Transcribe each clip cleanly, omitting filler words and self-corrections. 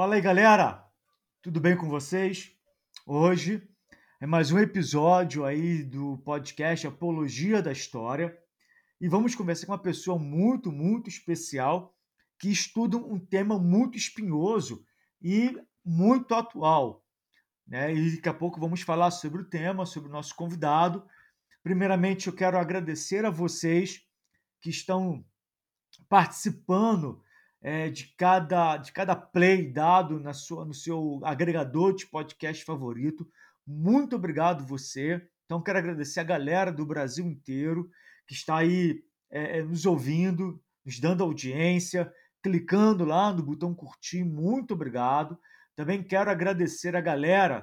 Fala aí, galera! Tudo bem com vocês? Hoje é mais um episódio aí do podcast Apologia da História e vamos conversar com uma pessoa muito especial que estuda um tema muito espinhoso e muito atual, né? E daqui a pouco vamos falar sobre o tema, sobre o nosso convidado. Primeiramente, eu quero agradecer a vocês que estão participando de cada play dado no seu agregador de podcast favorito. Muito obrigado você. Então, quero agradecer a galera do Brasil inteiro que está aí nos ouvindo, nos dando audiência, clicando lá no botão curtir. Muito obrigado. Também quero agradecer a galera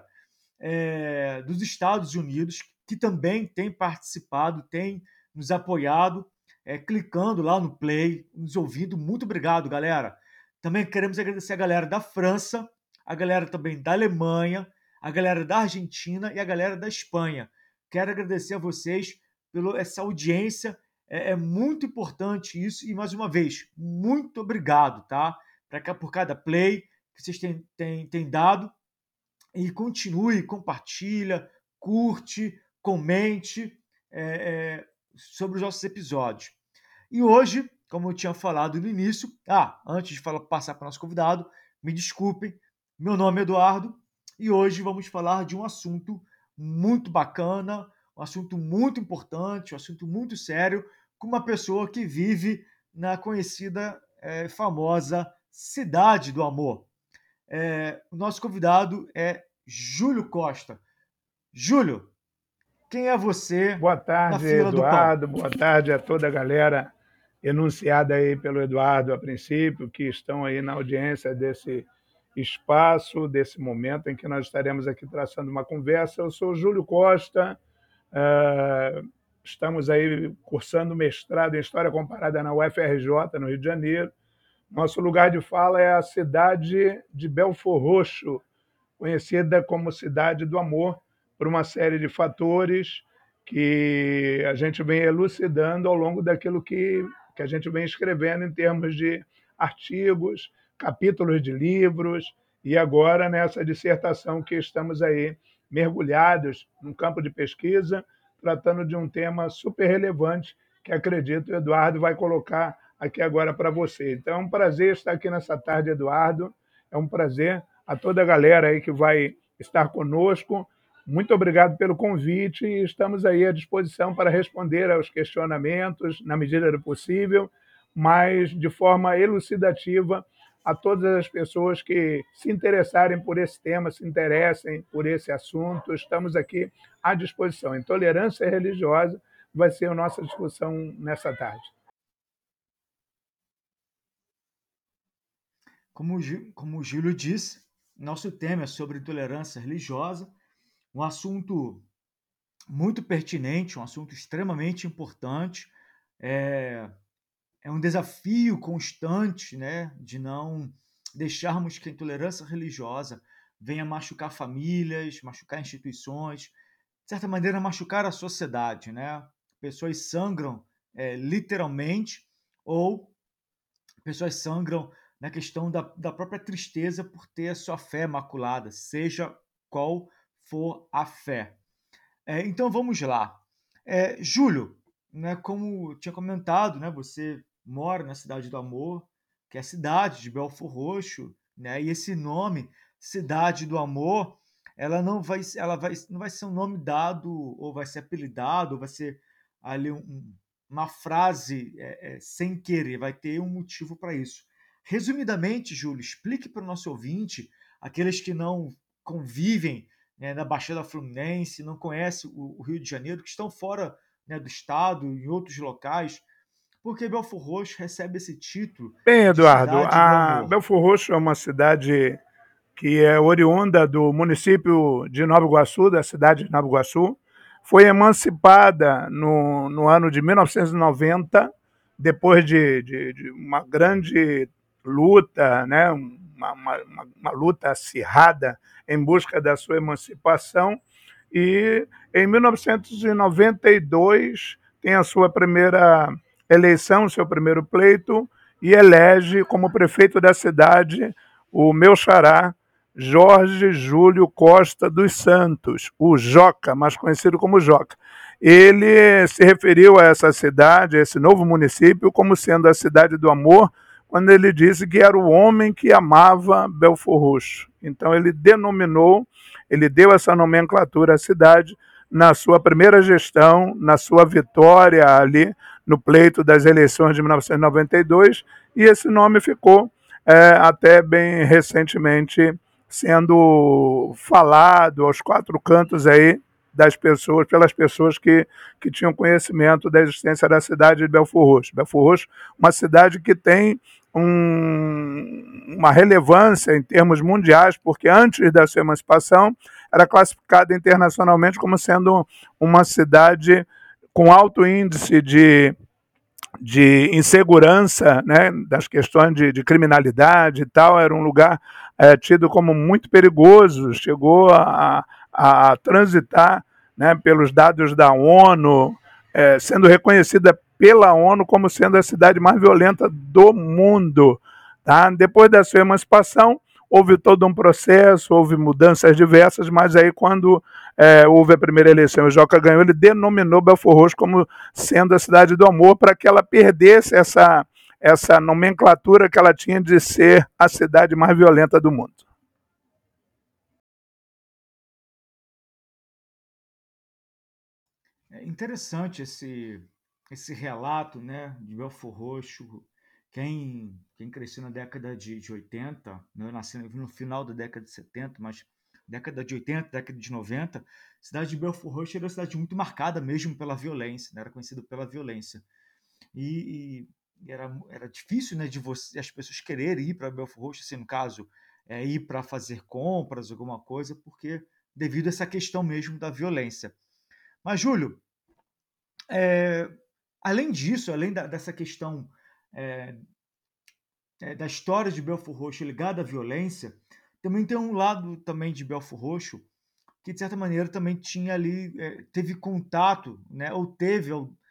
dos Estados Unidos, que também tem participado, tem nos apoiado, clicando lá no play, nos ouvindo. Muito obrigado, galera. Também queremos agradecer a galera da França, a galera também da Alemanha, a galera da Argentina e a galera da Espanha. Quero agradecer a vocês pela essa audiência. É muito importante isso. E, mais uma vez, muito obrigado, tá? Por cada play que vocês têm dado. E continue, compartilha, curte, comente sobre os nossos episódios. E hoje, como eu tinha falado no início, antes de passar para o nosso convidado, me desculpem, meu nome é Eduardo e hoje vamos falar de um assunto muito bacana, um assunto muito importante, um assunto muito sério, com uma pessoa que vive na conhecida e famosa Cidade do Amor. O nosso convidado é Júlio Costa. Júlio, quem é você Boa na tarde, fila do pão? Eduardo. Boa tarde a toda a galera enunciada aí pelo Eduardo a princípio, que estão aí na audiência desse espaço, desse momento em que nós estaremos aqui traçando uma conversa. Eu sou Júlio Costa, estamos aí cursando mestrado em História Comparada na UFRJ, no Rio de Janeiro. Nosso lugar de fala é a cidade de Belford Roxo, conhecida como Cidade do Amor, por uma série de fatores que a gente vem elucidando ao longo daquilo que a gente vem escrevendo em termos de artigos, capítulos de livros, e agora nessa dissertação que estamos aí mergulhados num campo de pesquisa, tratando de um tema super relevante que acredito o Eduardo vai colocar aqui agora para você. Então é um prazer estar aqui nessa tarde, Eduardo. É um prazer a toda a galera aí que vai estar conosco. Muito obrigado pelo convite e estamos aí à disposição para responder aos questionamentos na medida do possível, mas de forma elucidativa a todas as pessoas que se interessarem por esse tema, se interessem por esse assunto. Estamos aqui à disposição. Intolerância religiosa vai ser a nossa discussão nessa tarde. Como o Júlio disse, nosso tema é sobre intolerância religiosa, um assunto muito pertinente, um assunto extremamente importante. É um desafio constante, né, de não deixarmos que a intolerância religiosa venha machucar famílias, machucar instituições, de certa maneira machucar a sociedade, né? Pessoas sangram literalmente, ou pessoas sangram na questão da própria tristeza por ter a sua fé maculada, seja qual for a fé. Então vamos lá. Júlio, né, como eu tinha comentado, né, você mora na Cidade do Amor, que é a cidade de Belford Roxo, né, e esse nome, Cidade do Amor, não vai ser um nome dado, ou vai ser apelidado, ou vai ser ali uma frase sem querer, vai ter um motivo para isso. Resumidamente, Júlio, explique para o nosso ouvinte, aqueles que não convivem, né, na Baixada Fluminense, não conhecem o Rio de Janeiro, que estão fora, né, do estado, em outros locais, porque Belford Roxo recebe esse título Bem, de Eduardo, Cidade do a Amor. Belford Roxo é uma cidade que é oriunda do município de Nova Iguaçu, da cidade de Nova Iguaçu. Foi emancipada no ano de 1990, depois de uma grande luta, né? Uma luta acirrada em busca da sua emancipação. E em 1992 tem a sua primeira eleição, seu primeiro pleito, e elege como prefeito da cidade o meu xará, Jorge Júlio Costa dos Santos, o Joca, mais conhecido como Joca. Ele se referiu a essa cidade, a esse novo município, como sendo a cidade do amor, quando ele disse que era o homem que amava Belford Roxo. Então ele denominou, ele deu essa nomenclatura à cidade na sua primeira gestão, na sua vitória ali no pleito das eleições de 1992, e esse nome ficou até bem recentemente sendo falado aos quatro cantos aí das pessoas, pelas pessoas que tinham conhecimento da existência da cidade de Belford Roxo. Belford Roxo, uma cidade que tem uma relevância em termos mundiais, porque antes da sua emancipação era classificada internacionalmente como sendo uma cidade com alto índice de insegurança, né, das questões de criminalidade e tal, era um lugar tido como muito perigoso, chegou a transitar, né, pelos dados da ONU, sendo reconhecida pela ONU como sendo a cidade mais violenta do mundo. Tá? Depois da sua emancipação, houve todo um processo, houve mudanças diversas, mas aí quando houve a primeira eleição e o Joca ganhou, ele denominou Belford Roxo como sendo a cidade do amor, para que ela perdesse essa nomenclatura que ela tinha de ser a cidade mais violenta do mundo. É interessante esse relato, né, de Belford Roxo. Quem cresceu na década de 80, né, eu nasci no final da década de 70, mas década de 80, década de 90, a cidade de Belford Roxo era uma cidade muito marcada mesmo pela violência, né, era conhecida pela violência. E era difícil, né, de as pessoas quererem ir para Belford Roxo, assim, no caso, ir para fazer compras, alguma coisa, porque devido a essa questão mesmo da violência. Mas, Júlio, é, além disso, dessa questão é, da história de Belford Roxo ligada à violência, também tem um lado também de Belford Roxo que, de certa maneira, também tinha ali, teve contato, né, ou teve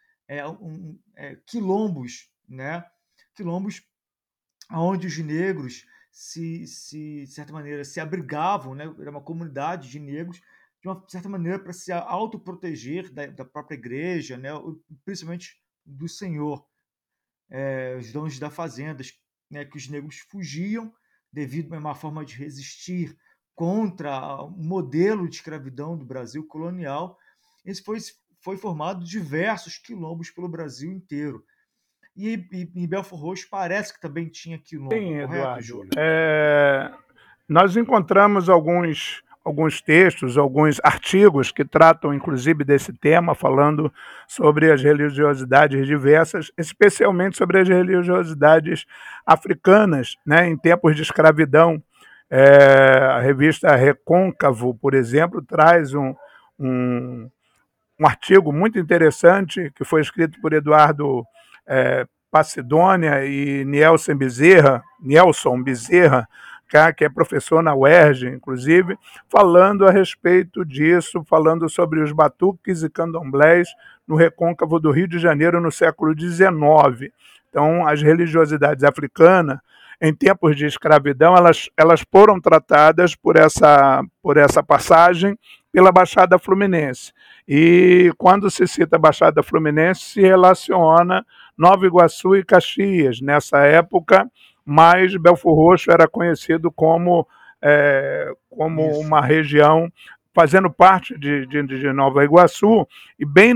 quilombos, né, quilombos onde os negros de certa maneira, se abrigavam, né? Era uma comunidade de negros, de uma certa maneira, para se autoproteger da própria igreja, né? Principalmente do Senhor, os donos da fazendas, né? Que os negros fugiam devido a uma forma de resistir contra o modelo de escravidão do Brasil colonial. Esse foi formado diversos quilombos pelo Brasil inteiro. E em Belford Roxo parece que também tinha quilombo, Sim, correto, Eduardo. Júlio? Nós encontramos alguns textos, alguns artigos que tratam, inclusive, desse tema, falando sobre as religiosidades diversas, especialmente sobre as religiosidades africanas, né, em tempos de escravidão. A revista Recôncavo, por exemplo, traz um, um artigo muito interessante que foi escrito por Eduardo Pacidônia e Nelson Bezerra, que é professor na UERJ, inclusive, falando a respeito disso, falando sobre os batuques e candomblés no recôncavo do Rio de Janeiro no século XIX. Então, as religiosidades africanas, em tempos de escravidão, elas foram tratadas por essa passagem pela Baixada Fluminense. E quando se cita Baixada Fluminense, se relaciona Nova Iguaçu e Caxias. Nessa época, mas Belford Roxo era conhecido como Isso. uma região fazendo parte de Nova Iguaçu, e bem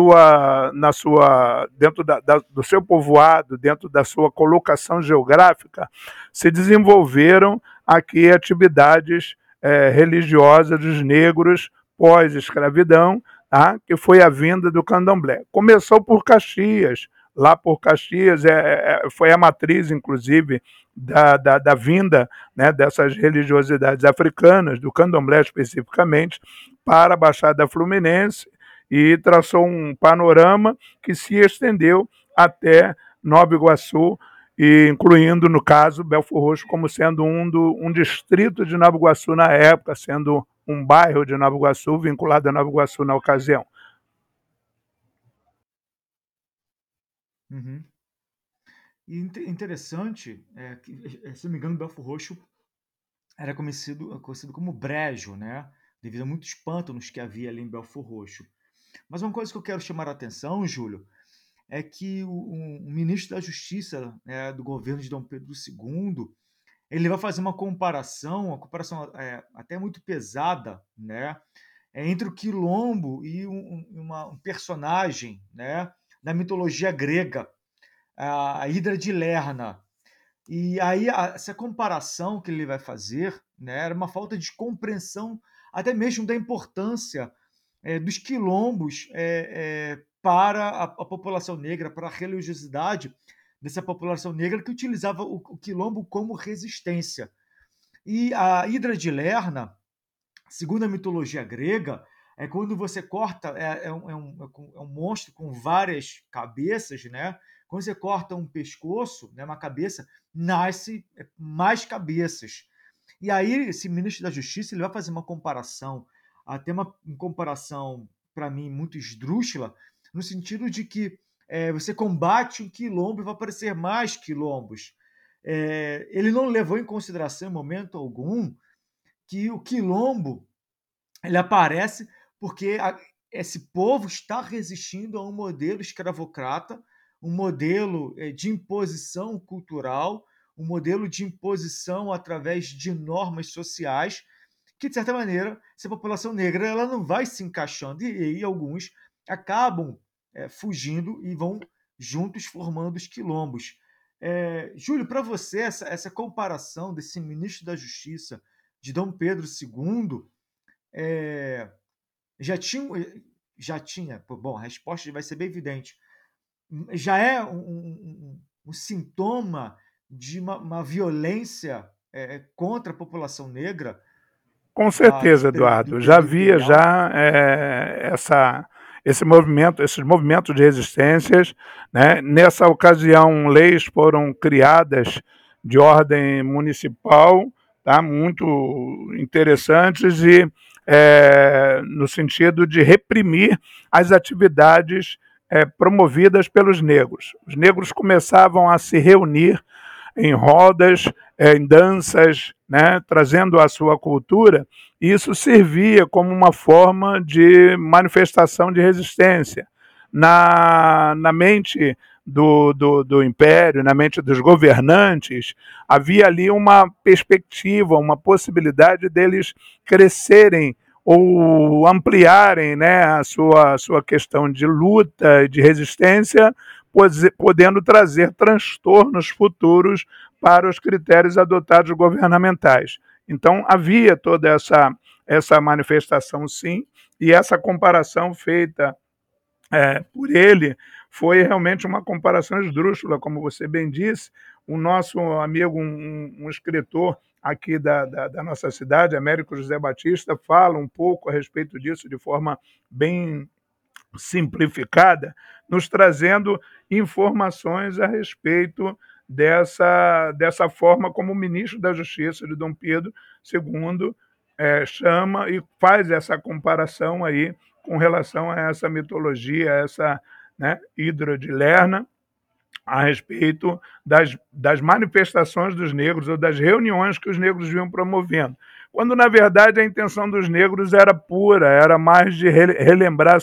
dentro do seu povoado, dentro da sua colocação geográfica, se desenvolveram aqui atividades religiosas dos negros pós-escravidão, tá? Que foi a vinda do candomblé. Começou por Caxias, lá por Caxias foi a matriz, inclusive, da vinda, né, dessas religiosidades africanas, do candomblé especificamente, para a Baixada Fluminense, e traçou um panorama que se estendeu até Nova Iguaçu, e incluindo, no caso, Belford Roxo como sendo um distrito de Nova Iguaçu na época, sendo um bairro de Nova Iguaçu vinculado a Nova Iguaçu na ocasião. Uhum. E interessante, se não me engano, Belford Roxo era conhecido como Brejo, né? Devido a muitos pântanos que havia ali em Belford Roxo. Mas uma coisa que eu quero chamar a atenção, Júlio, é que o ministro da Justiça, né, do governo de Dom Pedro II, ele vai fazer uma comparação até muito pesada, né, entre o Quilombo e um personagem, né, da mitologia grega, a Hidra de Lerna. E aí essa comparação que ele vai fazer, né, era uma falta de compreensão até mesmo da importância dos quilombos para a população negra, para a religiosidade dessa população negra que utilizava o quilombo como resistência. E a Hidra de Lerna, segundo a mitologia grega, é quando você corta, é um monstro com várias cabeças, né? Quando você corta um pescoço, né, uma cabeça, nasce mais cabeças. E aí, esse ministro da Justiça ele vai fazer uma comparação, até uma comparação, para mim, muito esdrúxula, no sentido de que você combate um quilombo e vai aparecer mais quilombos. Ele não levou em consideração, em momento algum, que o quilombo ele aparece porque esse povo está resistindo a um modelo escravocrata, um modelo de imposição cultural, um modelo de imposição através de normas sociais, que, de certa maneira, essa população negra ela não vai se encaixando, e aí alguns acabam fugindo e vão juntos formando os quilombos. Júlio, para você, essa comparação desse ministro da Justiça de Dom Pedro II é, já tinha, já tinha, bom, a resposta vai ser bem evidente, já é um sintoma de uma violência contra a população negra Com desse certeza, período, do Eduardo. Já período havia imperial. já esse movimento, esses movimentos de resistências, né? Nessa ocasião, leis foram criadas de ordem municipal, tá? Muito interessantes e no sentido de reprimir as atividades promovidas pelos negros. Os negros começavam a se reunir em rodas, em danças, né, trazendo a sua cultura, e isso servia como uma forma de manifestação de resistência. Na mente do império, na mente dos governantes, havia ali uma perspectiva, uma possibilidade deles crescerem ou ampliarem, né, a sua questão de luta, de resistência, podendo trazer transtornos futuros para os critérios adotados governamentais. Então, havia toda essa manifestação, sim, e essa comparação feita por ele foi realmente uma comparação esdrúxula, como você bem disse. O nosso amigo, um escritor aqui da nossa cidade, Américo José Batista, fala um pouco a respeito disso de forma bem simplificada, nos trazendo informações a respeito dessa forma como o ministro da Justiça de Dom Pedro II chama e faz essa comparação aí com relação a essa mitologia, essa, né, Hidra de Lerna, a respeito das manifestações dos negros ou das reuniões que os negros vinham promovendo. Quando, na verdade, a intenção dos negros era pura, era mais de relembrar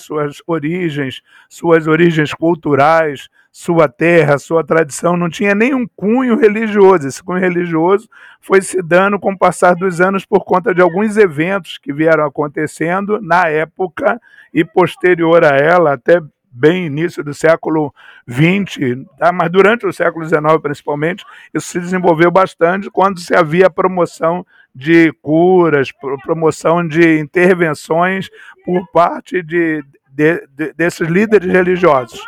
suas origens culturais, sua terra, sua tradição, não tinha nenhum cunho religioso. Esse cunho religioso foi se dando com o passar dos anos por conta de alguns eventos que vieram acontecendo na época e posterior a ela, até bem início do século XX, tá? Mas durante o século XIX, principalmente, isso se desenvolveu bastante quando se havia promoção de curas, promoção de intervenções por parte desses líderes religiosos.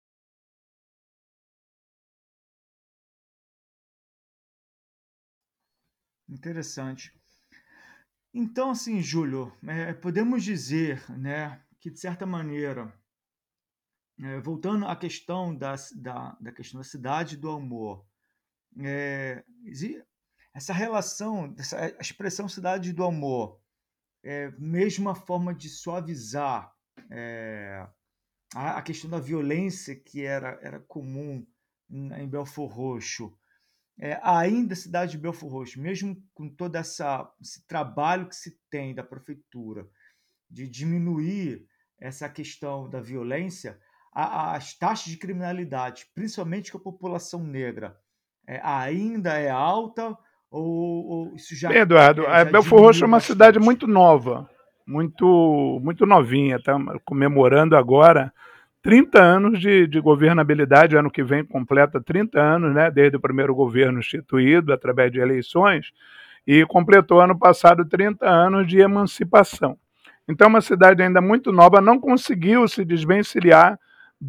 Interessante. Então, assim, Júlio, podemos dizer, né, que de certa maneira, voltando à questão da questão da cidade do amor, é, essa relação, a expressão cidade do amor, mesmo uma forma de suavizar é, a questão da violência que era comum em Belford Roxo. ainda a cidade de Belford Roxo, mesmo com todo esse trabalho que se tem da prefeitura de diminuir essa questão da violência, as taxas de criminalidade, principalmente com a população negra, ainda é alta ou isso Bem, Eduardo, já Belford Roxo é diminuiu uma cidade bastante? muito nova, muito novinha, está comemorando agora 30 anos de governabilidade, ano que vem completa 30 anos, né, desde o primeiro governo instituído através de eleições, e completou ano passado 30 anos de emancipação. Então, é uma cidade ainda muito nova, não conseguiu se desvencilhar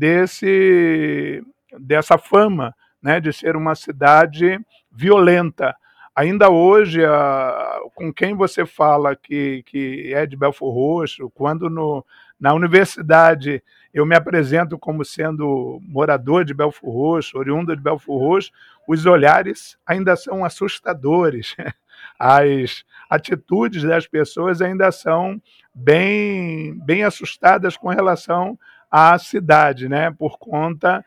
dessa fama, né, de ser uma cidade violenta. Ainda hoje, com quem você fala que é de Belford Roxo, quando na universidade eu me apresento como sendo morador de Belford Roxo, oriundo de Belford Roxo, os olhares ainda são assustadores. As atitudes das pessoas ainda são bem assustadas com relação à cidade, né? Por conta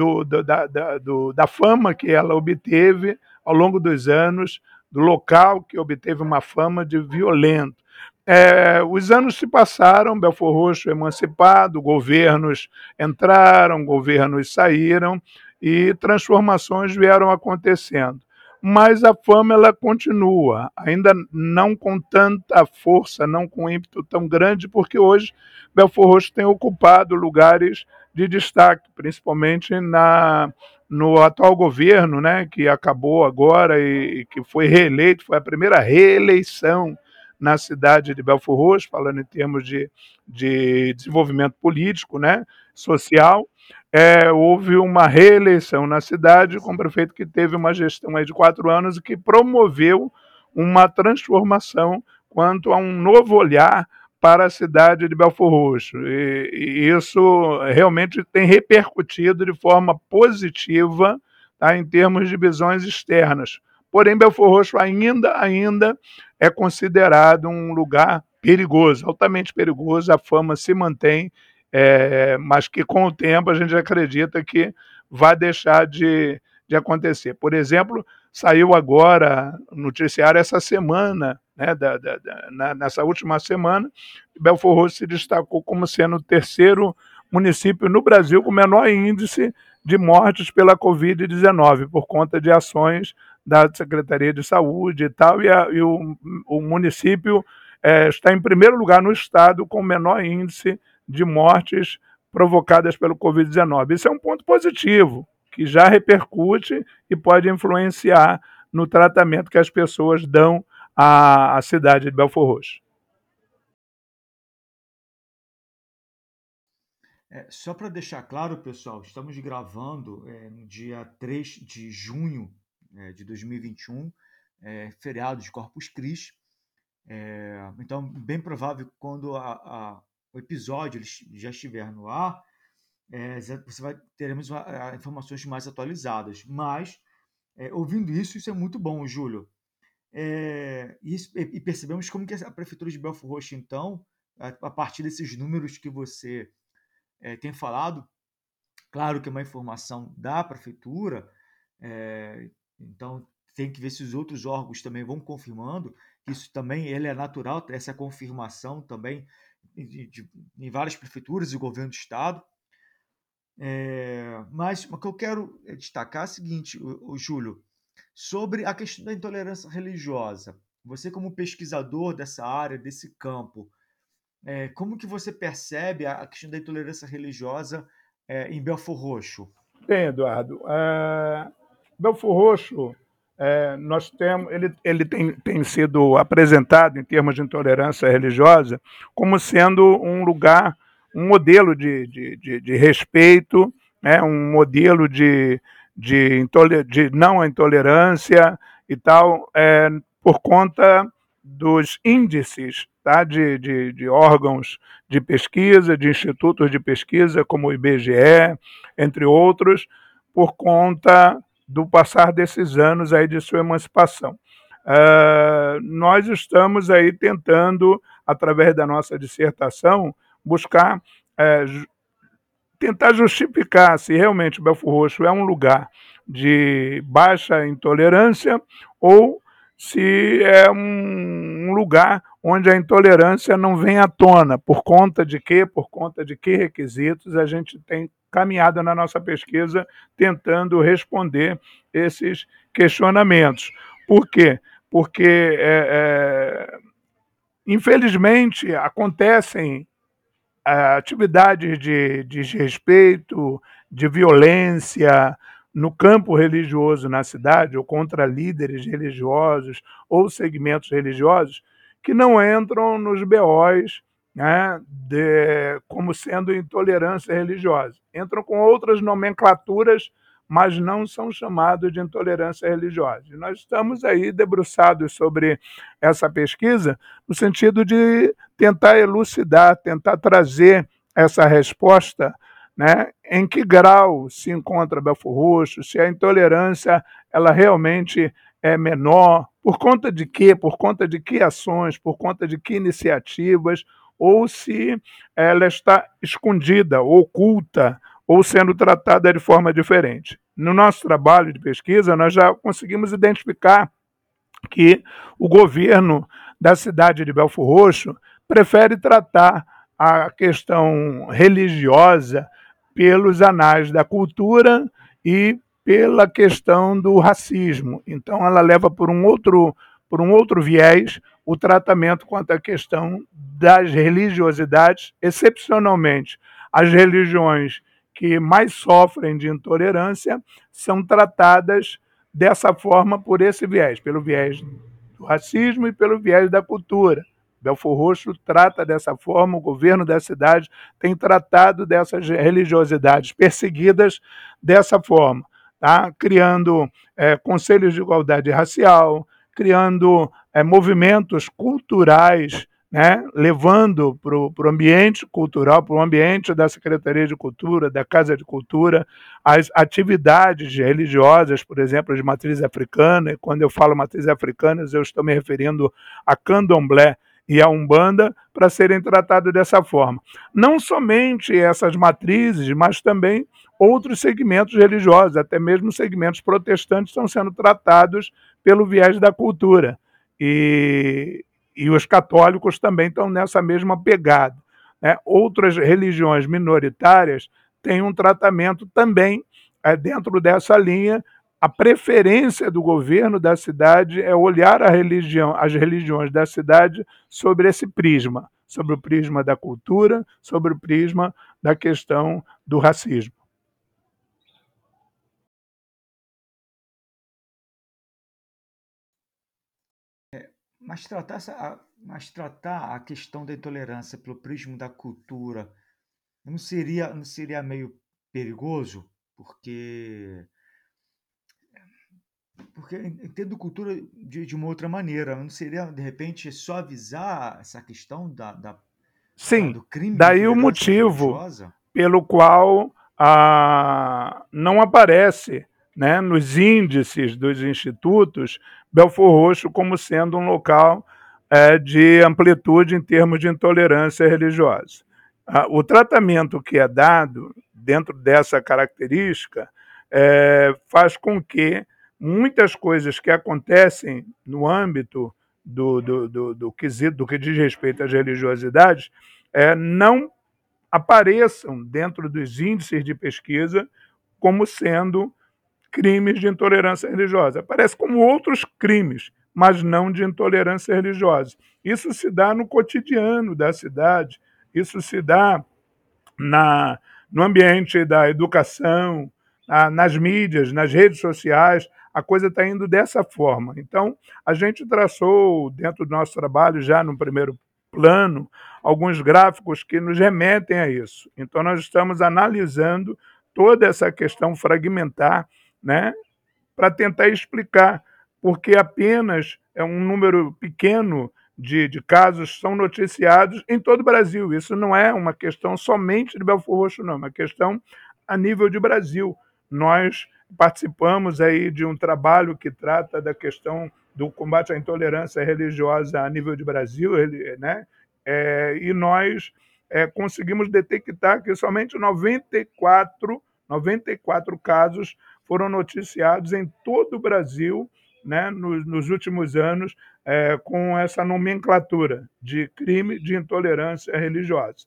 da fama que ela obteve ao longo dos anos, do local que obteve uma fama de violento. Os anos se passaram, Belford Roxo emancipado, governos entraram, governos saíram e transformações vieram acontecendo. Mas a fama ela continua, ainda não com tanta força, não com ímpeto tão grande, porque hoje Belford Roxo tem ocupado lugares de destaque, principalmente no atual governo, né, que acabou agora e que foi reeleito, foi a primeira reeleição na cidade de Belford Roxo, falando em termos de desenvolvimento político, né, social. Houve uma reeleição na cidade com um prefeito que teve uma gestão aí de 4 anos e que promoveu uma transformação quanto a um novo olhar para a cidade de Belford Roxo. E isso realmente tem repercutido de forma positiva, tá, em termos de visões externas. Porém, Belford Roxo ainda é considerado um lugar perigoso, altamente perigoso, a fama se mantém, mas que com o tempo a gente acredita que vai deixar de acontecer. Por exemplo, saiu agora no noticiário essa semana, né, nessa última semana, Belford Roxo se destacou como sendo o terceiro município no Brasil com menor índice de mortes pela Covid-19, por conta de ações da Secretaria de Saúde e tal, e o município está em primeiro lugar no estado com menor índice de mortes provocadas pelo Covid-19. Isso é um ponto positivo, que já repercute e pode influenciar no tratamento que as pessoas dão à cidade de Belford Roxo. Só para deixar claro, pessoal, estamos gravando no dia 3 de junho de 2021, feriado de Corpus Christi. Então, bem provável que quando o episódio já estiver no ar, teremos informações mais atualizadas. Mas, ouvindo isso é muito bom, Júlio. E percebemos como que a Prefeitura de Belford Roxo, então, a partir desses números que você tem falado, claro que é uma informação da Prefeitura, então tem que ver se os outros órgãos também vão confirmando, que isso também ele é natural, essa confirmação também em várias prefeituras e governo do Estado. Mas o que eu quero destacar é o seguinte, o Júlio, sobre a questão da intolerância religiosa. Você, como pesquisador dessa área, desse campo, como que você percebe a questão da intolerância religiosa em Belford Roxo? Bem, Eduardo, Belford Roxo, nós temos, ele tem sido apresentado em termos de intolerância religiosa como sendo um lugar, um modelo de respeito, né, um modelo de não intolerância e tal, por conta dos índices, tá, de órgãos de pesquisa, de institutos de pesquisa, como o IBGE, entre outros, por conta do passar desses anos aí de sua emancipação. Nós estamos aí tentando, através da nossa dissertação, buscar tentar justificar se realmente Belford Roxo é um lugar de baixa intolerância ou se é um lugar onde a intolerância não vem à tona. Por conta de quê? Por conta de que requisitos a gente tem caminhado na nossa pesquisa tentando responder esses questionamentos. Por quê? Porque, infelizmente, acontecem atividades de desrespeito, de violência no campo religioso na cidade, ou contra líderes religiosos ou segmentos religiosos, que não entram nos BOs, né, como sendo intolerância religiosa. Entram com outras nomenclaturas, mas não são chamados de intolerância religiosa. E nós estamos aí debruçados sobre essa pesquisa no sentido de tentar elucidar, tentar trazer essa resposta, né, em que grau se encontra Belford Roxo, se a intolerância ela realmente é menor, por conta de quê, por conta de que ações, por conta de que iniciativas, ou se ela está escondida, oculta, ou sendo tratada de forma diferente. No nosso trabalho de pesquisa, nós já conseguimos identificar que o governo da cidade de Belford Roxo prefere tratar a questão religiosa pelos anais da cultura e pela questão do racismo. Então, ela leva por um outro viés o tratamento quanto à questão das religiosidades, excepcionalmente as religiões que mais sofrem de intolerância são tratadas dessa forma por esse viés, pelo viés do racismo e pelo viés da cultura. Belford Roxo trata dessa forma, o governo da cidade tem tratado dessas religiosidades perseguidas dessa forma, tá? Criando conselhos de igualdade racial, criando movimentos culturais, né? Levando para o ambiente cultural, para o ambiente da Secretaria de Cultura, da Casa de Cultura, as atividades religiosas, por exemplo, de matriz africana, e quando eu falo matriz africana, eu estou me referindo a candomblé e a umbanda, para serem tratados dessa forma. Não somente essas matrizes, mas também outros segmentos religiosos, até mesmo segmentos protestantes, estão sendo tratados pelo viés da cultura. E os católicos também estão nessa mesma pegada, né? Outras religiões minoritárias têm um tratamento também dentro dessa linha. A preferência do governo da cidade é olhar as religiões da cidade sobre esse prisma, sobre o prisma da cultura, sobre o prisma da questão do racismo. Mas tratar a questão da intolerância pelo prisma da cultura não seria meio perigoso? Porque eu entendo cultura de uma outra maneira. Não seria, de repente, só avisar essa questão Sim, do crime de daí o intolerância motivo religiosa? pelo qual não aparece, né, nos índices dos institutos Belford Roxo como sendo um local de amplitude em termos de intolerância religiosa. O tratamento que é dado dentro dessa característica faz com que muitas coisas que acontecem no âmbito do quesito, do que diz respeito às religiosidades, não apareçam dentro dos índices de pesquisa como sendo crimes de intolerância religiosa. Aparece como outros crimes, mas não de intolerância religiosa. Isso se dá no cotidiano da cidade, isso se dá na, no ambiente da educação, nas mídias, nas redes sociais, a coisa está indo dessa forma. Então, a gente traçou, dentro do nosso trabalho, já no primeiro plano, alguns gráficos que nos remetem a isso. Então, nós estamos analisando toda essa questão fragmentar, né, para tentar explicar porque apenas um número pequeno de casos são noticiados em todo o Brasil. Isso não é uma questão somente de Belford Roxo, não, é uma questão a nível de Brasil. Nós participamos aí de um trabalho que trata da questão do combate à intolerância religiosa a nível de Brasil, né? E nós conseguimos detectar que somente 94 casos foram noticiados em todo o Brasil, né, nos últimos anos, com essa nomenclatura de crime de intolerância religiosa.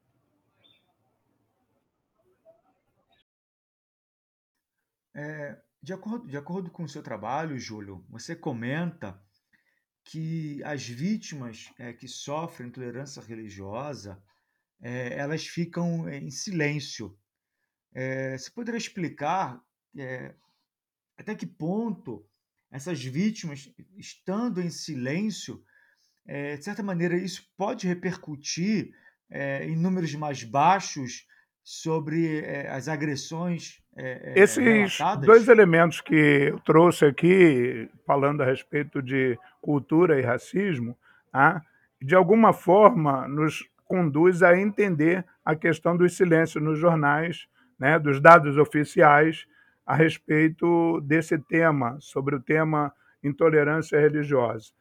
De acordo com o seu trabalho, Júlio, você comenta que as vítimas que sofrem intolerância religiosa, elas ficam em silêncio. Você poderia explicar é, até que ponto essas vítimas, estando em silêncio, de certa maneira, isso pode repercutir em números mais baixos sobre as agressões Esses dois relatadas? elementos que eu trouxe aqui, falando a respeito de cultura e racismo, tá, de alguma forma nos conduz a entender a questão dos silêncios nos jornais, né, dos dados oficiais a respeito desse tema, sobre o tema intolerância religiosa.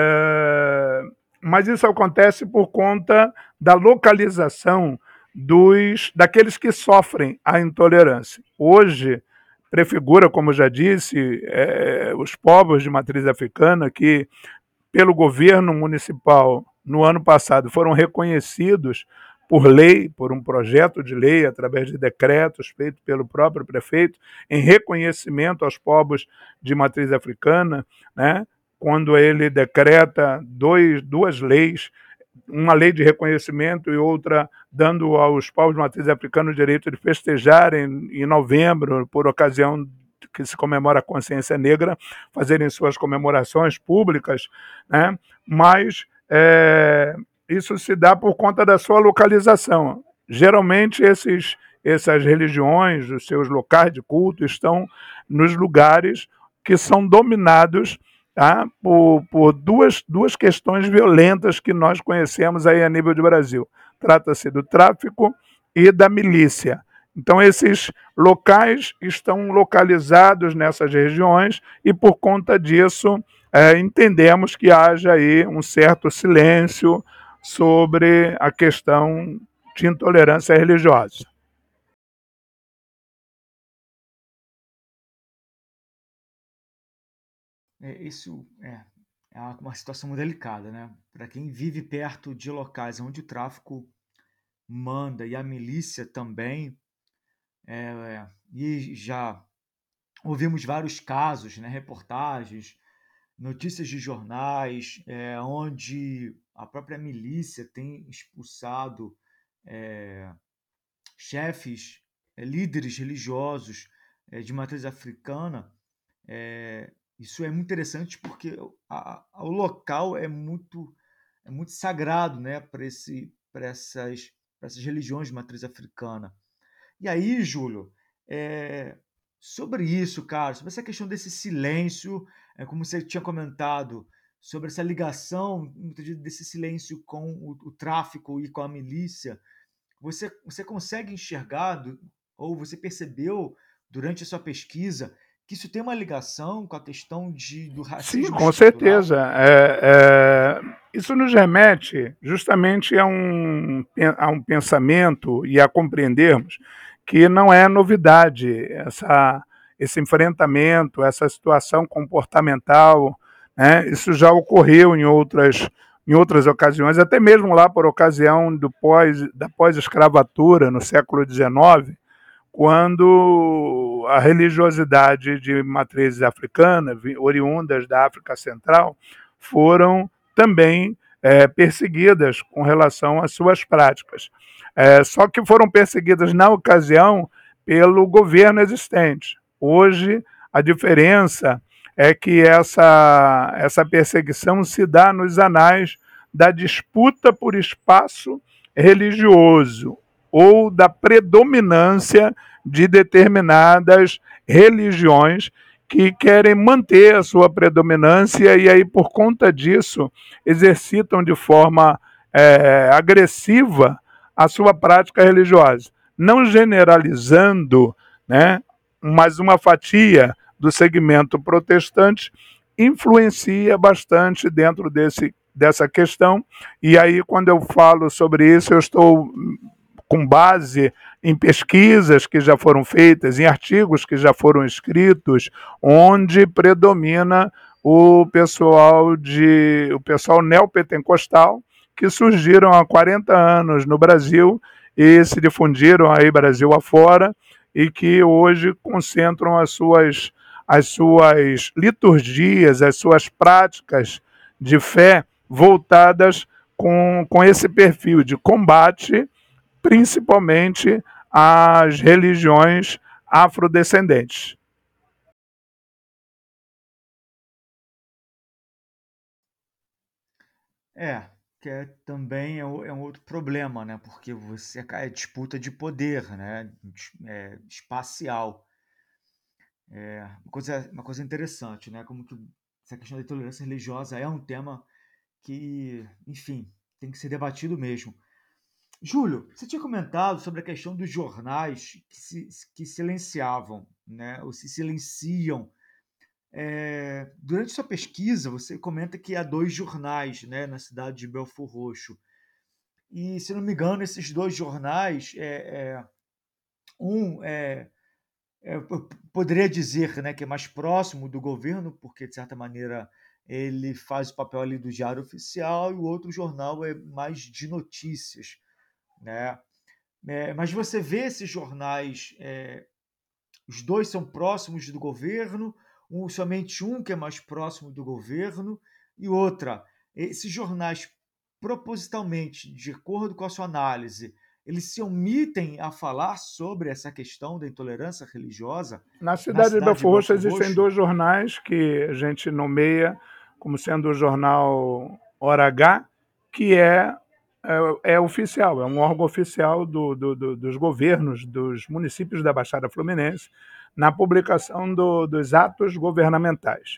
É, mas isso acontece por conta da localização daqueles que sofrem a intolerância. Hoje, prefigura, como já disse, os povos de matriz africana que, pelo governo municipal, no ano passado, foram reconhecidos por lei, por um projeto de lei, através de decretos feitos pelo próprio prefeito, em reconhecimento aos povos de matriz africana, né? Quando ele decreta duas leis, uma lei de reconhecimento e outra dando aos povos de matriz africana o direito de festejarem em novembro, por ocasião que se comemora a consciência negra, fazerem suas comemorações públicas, né? Mas isso se dá por conta da sua localização. Geralmente essas religiões, os seus locais de culto estão nos lugares que são dominados, tá, por duas questões violentas que nós conhecemos aí a nível de Brasil. Trata-se do tráfico e da milícia. Então, esses locais estão localizados nessas regiões e, por conta disso, entendemos que haja aí um certo silêncio sobre a questão de intolerância religiosa. Isso é uma situação muito delicada, né? Para quem vive perto de locais onde o tráfico manda e a milícia também, e já ouvimos vários casos, né, reportagens, notícias de jornais, onde a própria milícia tem expulsado chefes, líderes religiosos de matriz africana. Isso é muito interessante porque o local é muito sagrado, né, para essas religiões de matriz africana. E aí, Júlio, sobre isso, cara, sobre essa questão desse silêncio, como você tinha comentado, sobre essa ligação muitas vezes, desse silêncio com o tráfico e com a milícia, você consegue enxergar, ou você percebeu durante a sua pesquisa, que isso tem uma ligação com a questão do Sim, racismo com estrutural? certeza. Isso nos remete justamente a um pensamento e a compreendermos que não é novidade esse enfrentamento, essa situação comportamental, né? Isso já ocorreu em outras ocasiões, até mesmo lá por ocasião da pós-escravatura no século XIX, quando a religiosidade de matrizes africanas, oriundas da África Central, foram também perseguidas com relação às suas práticas. Só que foram perseguidas na ocasião pelo governo existente. Hoje, a diferença é que essa perseguição se dá nos anais da disputa por espaço religioso ou da predominância de determinadas religiões que querem manter a sua predominância e aí, por conta disso, exercitam de forma agressiva a sua prática religiosa. Não generalizando, né, mas uma fatia do segmento protestante influencia bastante dentro dessa questão. E aí, quando eu falo sobre isso, eu estou com base em pesquisas que já foram feitas, em artigos que já foram escritos, onde predomina o pessoal neopentecostal, que surgiram há 40 anos no Brasil e se difundiram aí Brasil afora, e que hoje concentram as suas liturgias, as suas práticas de fé voltadas com esse perfil de combate, principalmente às religiões afrodescendentes. Que também é um outro problema, né? Porque é disputa de poder, né? Espacial. Uma coisa interessante, né? Como que essa questão da intolerância religiosa é um tema que, enfim, tem que ser debatido mesmo. Júlio, você tinha comentado sobre a questão dos jornais que silenciavam, né? Ou se silenciam. Durante sua pesquisa, você comenta que há dois jornais, né, na cidade de Belford Roxo. E, se não me engano, esses dois jornais, um eu poderia dizer, né, que é mais próximo do governo, porque, de certa maneira, ele faz o papel ali do diário oficial, e o outro jornal é mais de notícias, né? Mas você vê esses jornais, os dois são próximos do governo, somente um que é mais próximo do governo, e outra, esses jornais, propositalmente, de acordo com a sua análise, eles se omitem a falar sobre essa questão da intolerância religiosa Na na cidade de cidade de Belford Roxo Belford existem Roxo? dois jornais que a gente nomeia como sendo o jornal Hora H, que é oficial, é um órgão oficial dos governos dos municípios da Baixada Fluminense na publicação dos atos governamentais.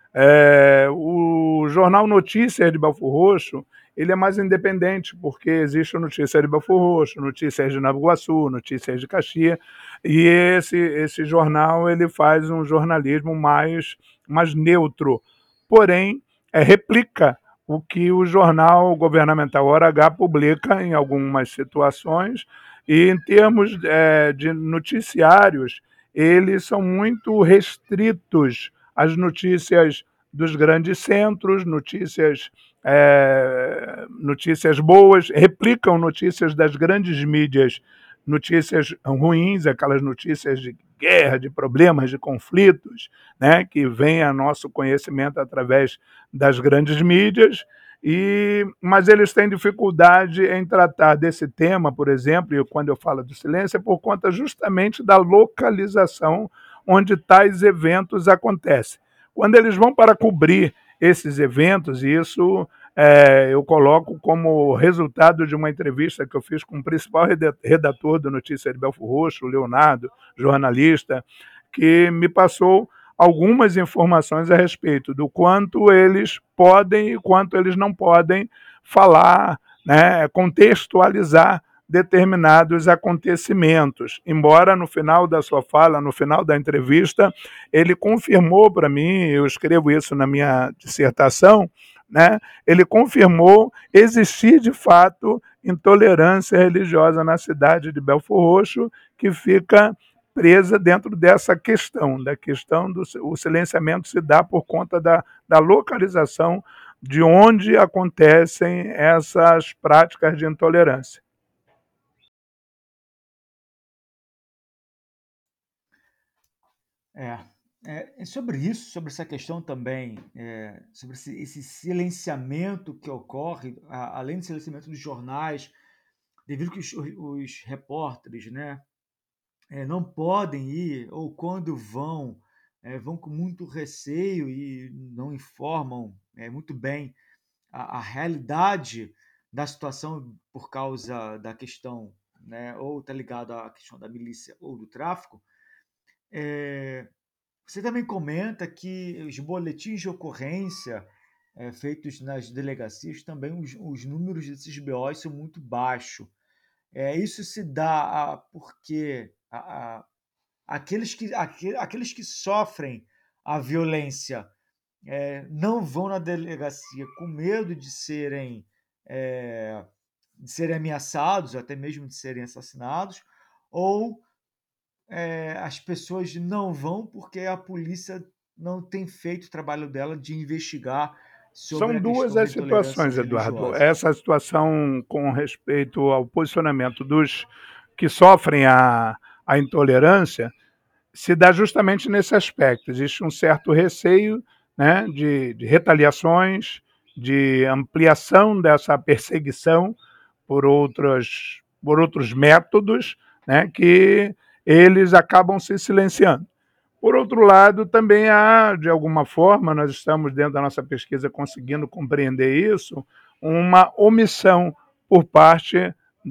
O jornal Notícias de Belford Roxo, ele é mais independente, porque existe o Notícias de Belford Roxo, Notícias de Nova Iguaçu, Notícias de Caxias, e esse jornal ele faz um jornalismo mais neutro, porém replica o que o jornal governamental Hora H publica em algumas situações, e em termos de noticiários, eles são muito restritos às notícias dos grandes centros, notícias boas, replicam notícias das grandes mídias, notícias ruins, aquelas notícias de guerra, de problemas, de conflitos, né, que vêm a nosso conhecimento através das grandes mídias, mas eles têm dificuldade em tratar desse tema, por exemplo, e quando eu falo do silêncio, é por conta justamente da localização onde tais eventos acontecem. Quando eles vão para cobrir esses eventos, e isso eu coloco como resultado de uma entrevista que eu fiz com o principal redator do Notícia de Belford Roxo, o Leonardo, jornalista, que me passou algumas informações a respeito do quanto eles podem e quanto eles não podem falar, né, contextualizar determinados acontecimentos. Embora no final da sua fala, no final da entrevista, ele confirmou para mim, eu escrevo isso na minha dissertação, né, ele confirmou existir de fato intolerância religiosa na cidade de Belford Roxo, que fica presa dentro dessa questão, da questão do o silenciamento se dá por conta da localização de onde acontecem essas práticas de intolerância. É, sobre isso, sobre essa questão também, sobre esse silenciamento que ocorre, além do silenciamento dos jornais, devido que os repórteres, né, não podem ir, ou quando vão, vão com muito receio e não informam muito bem a realidade da situação por causa da questão, né, ou está ligado à questão da milícia ou do tráfico. Você também comenta que os boletins de ocorrência feitos nas delegacias também os números desses BOs são muito baixos. Isso se dá porque aqueles que sofrem a violência não vão na delegacia com medo de serem de serem ameaçados, até mesmo de serem assassinados, ou as pessoas não vão porque a polícia não tem feito o trabalho dela de investigar sobre São a duas questão da as intolerância situações, Eduardo. religiosa. Essa situação com respeito ao posicionamento dos que sofrem a intolerância se dá justamente nesse aspecto. Existe um certo receio, né, de retaliações, de ampliação dessa perseguição por outros métodos, né, que eles acabam se silenciando. Por outro lado, também há, de alguma forma, nós estamos dentro da nossa pesquisa conseguindo compreender isso, uma omissão por parte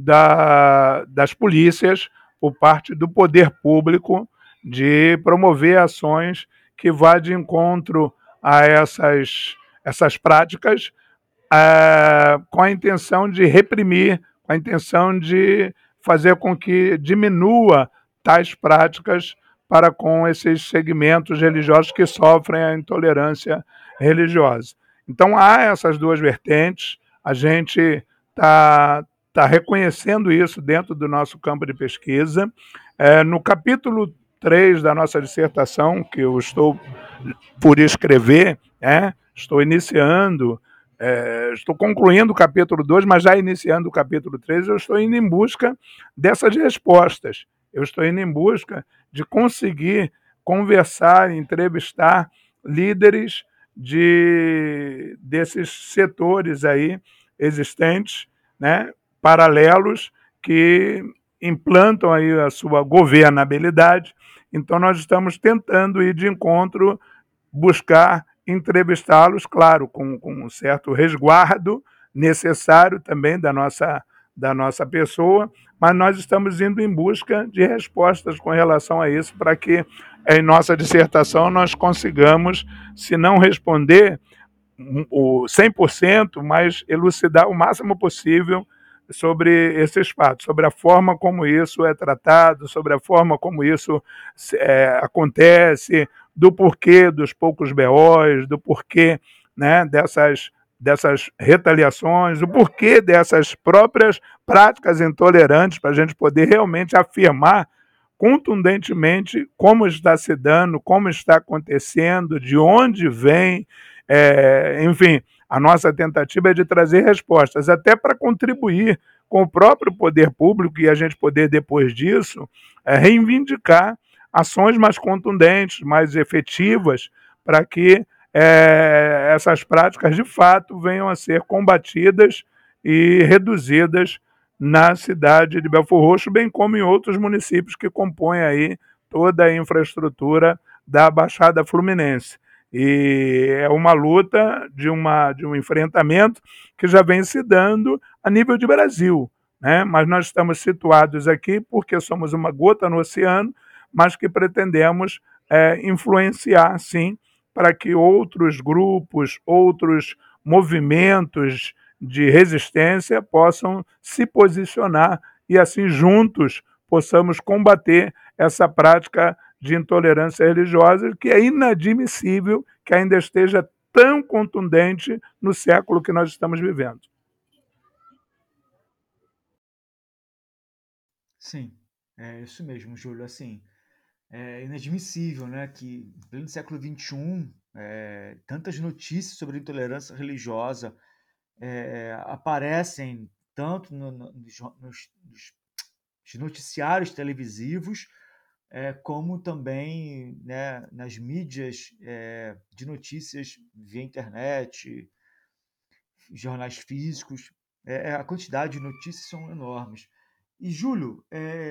das polícias, por parte do poder público, de promover ações que vá de encontro a essas práticas, com a intenção de reprimir, com a intenção de fazer com que diminua tais práticas para com esses segmentos religiosos que sofrem a intolerância religiosa. Então, há essas duas vertentes, a gente está reconhecendo isso dentro do nosso campo de pesquisa. No capítulo 3 da nossa dissertação, que eu estou por escrever, estou iniciando, estou concluindo o capítulo 2, mas já iniciando o capítulo 3, eu estou indo em busca dessas respostas. Eu estou indo em busca de conseguir conversar, entrevistar líderes desses setores aí existentes, né, paralelos, que implantam aí a sua governabilidade. Então, nós estamos tentando ir de encontro, buscar entrevistá-los, claro, com um certo resguardo necessário também da nossa pessoa, mas nós estamos indo em busca de respostas com relação a isso, para que em nossa dissertação nós consigamos, se não responder o 100%, mas elucidar o máximo possível sobre esses fatos, sobre a forma como isso é tratado, sobre a forma como isso acontece, do porquê dos poucos BOs, do porquê, né, dessas retaliações, o porquê dessas próprias práticas intolerantes, para a gente poder realmente afirmar contundentemente como está se dando, como está acontecendo, de onde vem, enfim, a nossa tentativa é de trazer respostas, até para contribuir com o próprio poder público e a gente poder, depois disso, reivindicar ações mais contundentes, mais efetivas, para que essas práticas, de fato, venham a ser combatidas e reduzidas na cidade de Belfor Roxo, bem como em outros municípios que compõem aí toda a infraestrutura da Baixada Fluminense. E é uma luta de um enfrentamento que já vem se dando a nível de Brasil, né? Mas nós estamos situados aqui porque somos uma gota no oceano, mas que pretendemos influenciar, sim, para que outros grupos, outros movimentos de resistência possam se posicionar e, assim, juntos, possamos combater essa prática de intolerância religiosa, que é inadmissível que ainda esteja tão contundente no século que nós estamos vivendo. Sim, é isso mesmo, Júlio. Assim, é inadmissível, né, que em pleno século XXI, tantas notícias sobre intolerância religiosa aparecem tanto nos noticiários televisivos, como também, né, nas mídias de notícias via internet, jornais físicos. A quantidade de notícias são enormes. E, Júlio,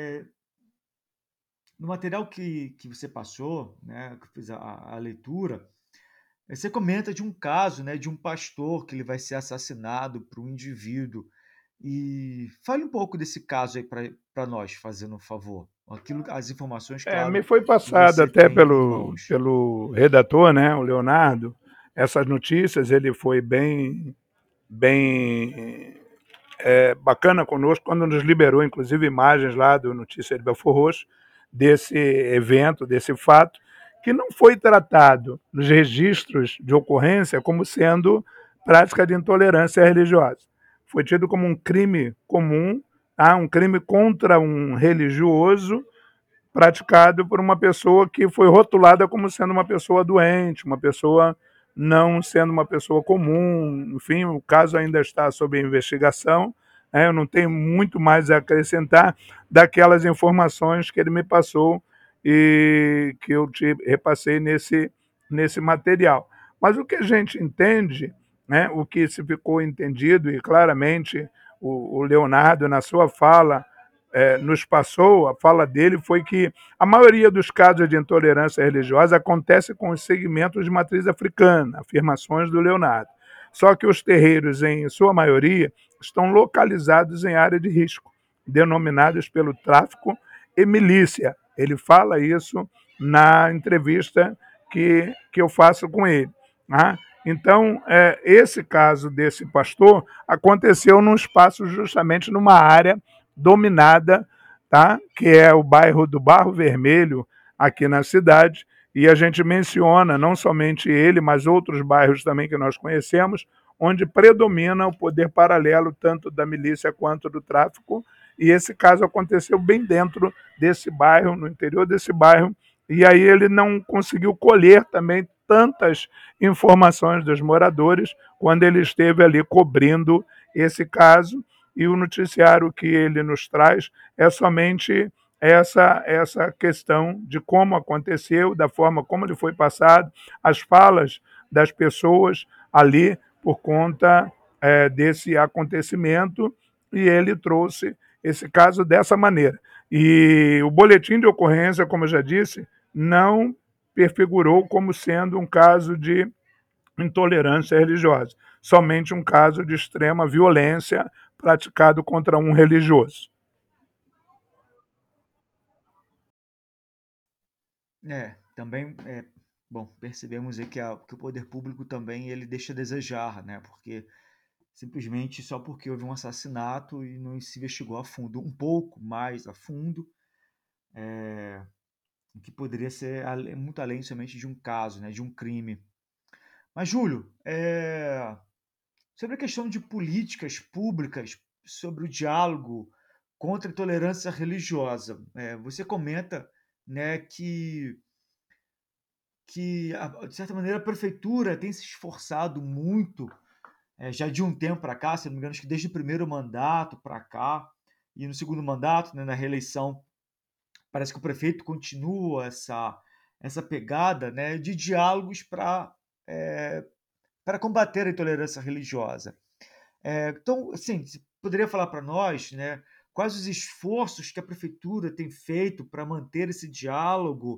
no material que você passou, né, que eu fiz a leitura, você comenta de um caso, né, de um pastor que ele vai ser assassinado por um indivíduo. E fale um pouco desse caso aí para nós, fazendo um favor. As informações, claro, Me foi que passado você até tem em mãos. pelo redator, né, o Leonardo, essas notícias. Ele foi bem bacana conosco quando nos liberou, inclusive, imagens lá do Notícia de Belfor Roxo, desse evento, desse fato, que não foi tratado nos registros de ocorrência como sendo prática de intolerância religiosa. foi tido como um crime comum, tá? Um crime contra um religioso, praticado por uma pessoa que foi rotulada como sendo uma pessoa doente, uma pessoa não sendo uma pessoa comum. Enfim, o caso ainda está sob investigação, né? Eu não tenho muito mais a acrescentar daquelas informações que ele me passou e que eu te repassei nesse material. Mas o que a gente entende, né, o que se ficou entendido, e claramente o Leonardo, na sua fala, nos passou, a fala dele foi que a maioria dos casos de intolerância religiosa acontece com os segmentos de matriz africana, afirmações do Leonardo. Só que os terreiros, em sua maioria, estão localizados em área de risco, denominados pelo tráfico e milícia. Ele fala isso na entrevista que eu faço com ele. Né? Então, esse caso desse pastor aconteceu num espaço justamente numa área dominada, tá? Que é o bairro do Barro Vermelho, aqui na cidade, e a gente menciona não somente ele, mas outros bairros também que nós conhecemos, onde predomina o poder paralelo tanto da milícia quanto do tráfico, e esse caso aconteceu bem dentro desse bairro, no interior desse bairro, e aí ele não conseguiu colher também tantas informações dos moradores quando ele esteve ali cobrindo esse caso, e o noticiário que ele nos traz é somente essa questão de como aconteceu, da forma como ele foi passado, as falas das pessoas ali por conta desse acontecimento, e ele trouxe esse caso dessa maneira. E o boletim de ocorrência, como eu já disse, não perfigurou como sendo um caso de intolerância religiosa, somente um caso de extrema violência praticado contra um religioso. Também, bom, percebemos aí que o poder público também ele deixa a desejar, né? Porque simplesmente só porque houve um assassinato e não se investigou a fundo, um pouco mais a fundo, o que poderia ser muito além somente de um caso, né? De um crime. Mas, Júlio, sobre a questão de políticas públicas sobre o diálogo contra a intolerância religiosa, você comenta, né, que de certa maneira, a prefeitura tem se esforçado muito, já de um tempo para cá, se não me engano, acho que desde o primeiro mandato para cá, e no segundo mandato, né, na reeleição, parece que o prefeito continua essa pegada, né, de diálogos para combater a intolerância religiosa. Então, assim, você poderia falar para nós, né, quais os esforços que a prefeitura tem feito para manter esse diálogo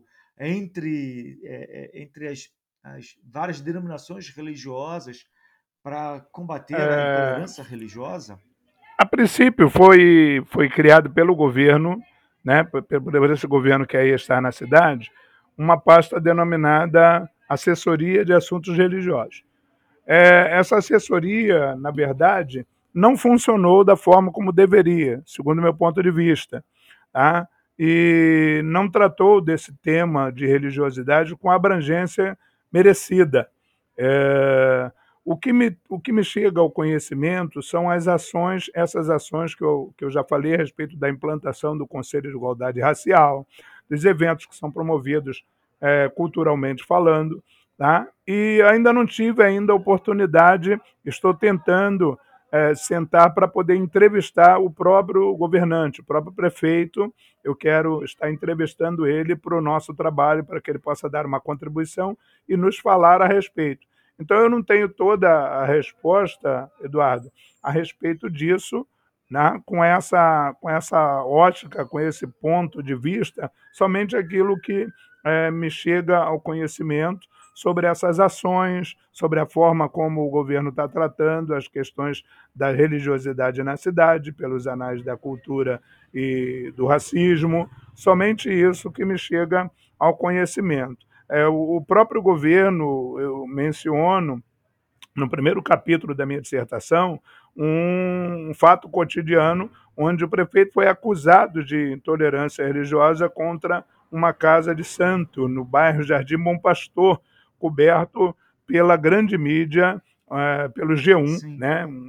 entre as várias denominações religiosas para combater a É, intolerância religiosa? a princípio foi criado pelo governo, né, por esse governo que aí está na cidade, uma pasta denominada Assessoria de Assuntos Religiosos. Essa assessoria, na verdade, não funcionou da forma como deveria, segundo o meu ponto de vista, tá? E não tratou desse tema de religiosidade com a abrangência merecida. É, o que me chega ao conhecimento são as ações, essas ações que eu já falei a respeito da implantação do Conselho de Igualdade Racial, dos eventos que são promovidos culturalmente falando, tá? E ainda não tive ainda a oportunidade, estou tentando sentar para poder entrevistar o próprio governante, o próprio prefeito. Eu quero estar entrevistando ele para o nosso trabalho, para que ele possa dar uma contribuição e nos falar a respeito. Então, eu não tenho toda a resposta, Eduardo, a respeito disso, né? Com essa ótica, com esse ponto de vista, somente aquilo que me chega ao conhecimento sobre essas ações, sobre a forma como o governo está tratando as questões da religiosidade na cidade, pelos anais da cultura e do racismo, somente isso que me chega ao conhecimento. O próprio governo, eu menciono no primeiro capítulo da minha dissertação, um fato cotidiano onde o prefeito foi acusado de intolerância religiosa contra uma casa de santo no bairro Jardim Bom Pastor, coberto pela grande mídia, pelo G1, Sim. né?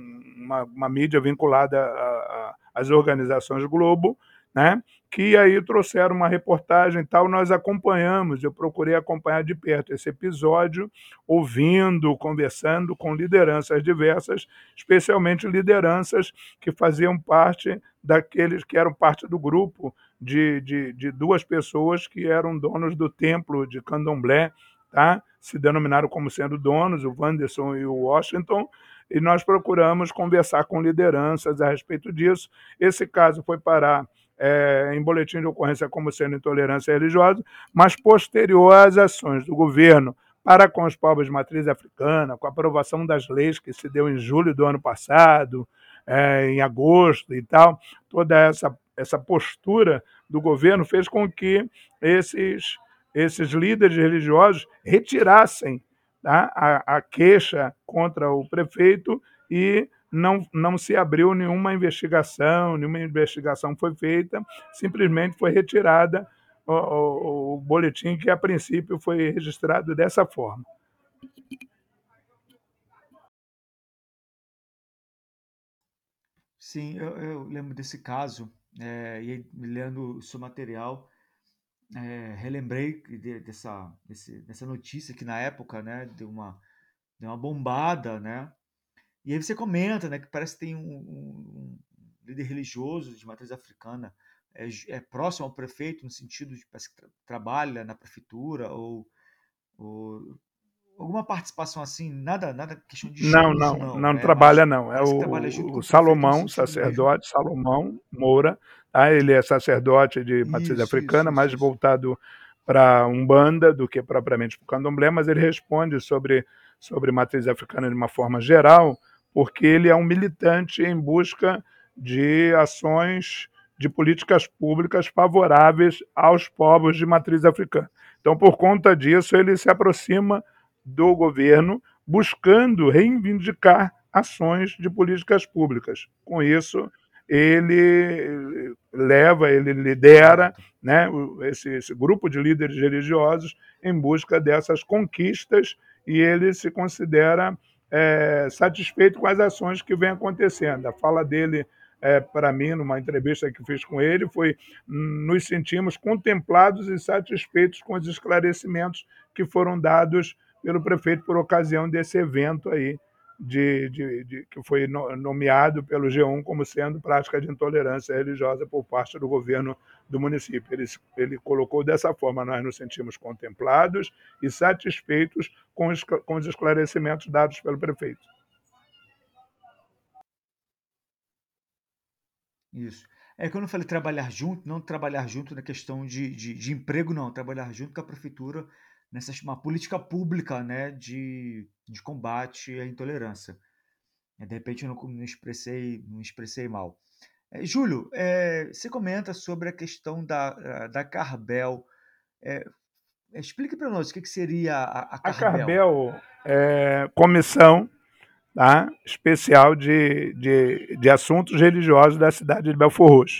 uma mídia vinculada às organizações Globo, né? Que aí trouxeram uma reportagem e tal, nós acompanhamos, eu procurei acompanhar de perto esse episódio, ouvindo, conversando com lideranças diversas, especialmente lideranças que faziam parte daqueles que eram parte do grupo de duas pessoas que eram donos do templo de Candomblé, tá? Se denominaram como sendo donos, o Wanderson e o Washington, e nós procuramos conversar com lideranças a respeito disso. Esse caso foi parar em boletim de ocorrência como sendo intolerância religiosa, mas posterior às ações do governo para com os povos de matriz africana, com a aprovação das leis que se deu em julho do ano passado, em agosto e tal, toda essa postura do governo fez com que esses líderes religiosos retirassem, tá, a queixa contra o prefeito e não se abriu nenhuma investigação foi feita, simplesmente foi retirada o boletim que, a princípio, foi registrado dessa forma. Sim, eu lembro desse caso, e lendo o seu material, relembrei dessa notícia que na época, né, deu uma bombada, né? E aí você comenta, né, que parece que tem um líder religioso de matriz africana próximo ao prefeito, no sentido de parece que trabalha na prefeitura ou alguma participação assim, nada questão de escuso, não, Não né? Mas trabalha, não. É parece que trabalha junto com o o prefeito no Salomão, sentido mesmo. sacerdote Salomão Moura, tá? Ele é sacerdote de matriz Isso, africana, isso, isso, mais isso. voltado para Umbanda do que propriamente para o Candomblé, mas ele responde sobre matriz africana de uma forma geral, porque ele é um militante em busca de ações de políticas públicas favoráveis aos povos de matriz africana. Então, por conta disso, ele se aproxima do governo buscando reivindicar ações de políticas públicas. Com isso, ele lidera, Correto. né, esse grupo de líderes religiosos em busca dessas conquistas e ele se considera satisfeito com as ações que vêm acontecendo. A fala dele, para mim, numa entrevista que fiz com ele, foi: nos sentimos contemplados e satisfeitos com os esclarecimentos que foram dados pelo prefeito por ocasião desse evento aí, que foi nomeado pelo G1 como sendo prática de intolerância religiosa por parte do governo do município. Ele colocou dessa forma: nós nos sentimos contemplados e satisfeitos com os esclarecimentos dados pelo prefeito. Isso. Quando eu falei trabalhar junto, não trabalhar junto na questão de emprego, não, trabalhar junto com a prefeitura nessa uma política pública, né, de combate à intolerância. De repente eu não expressei mal. Júlio, você comenta sobre a questão da Carbel. É, explique para nós o que seria a A Carbel. Carbel é comissão, tá, especial de assuntos religiosos da cidade de Belford Roxo.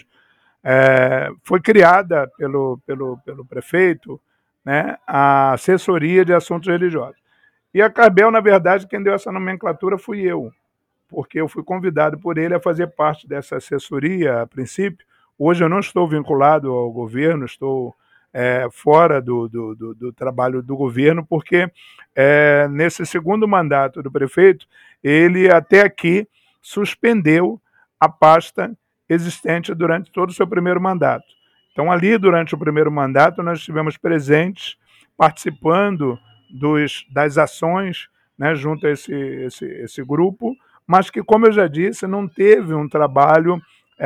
Foi criada pelo prefeito, né, a assessoria de assuntos religiosos. E a Carbel, na verdade, quem deu essa nomenclatura fui eu, porque eu fui convidado por ele a fazer parte dessa assessoria a princípio. Hoje eu não estou vinculado ao governo, estou fora do trabalho do governo, porque nesse segundo mandato do prefeito, ele até aqui suspendeu a pasta existente durante todo o seu primeiro mandato. Então, ali, durante o primeiro mandato, nós estivemos presentes, participando das ações, né, junto a esse grupo, mas que, como eu já disse, não teve um trabalho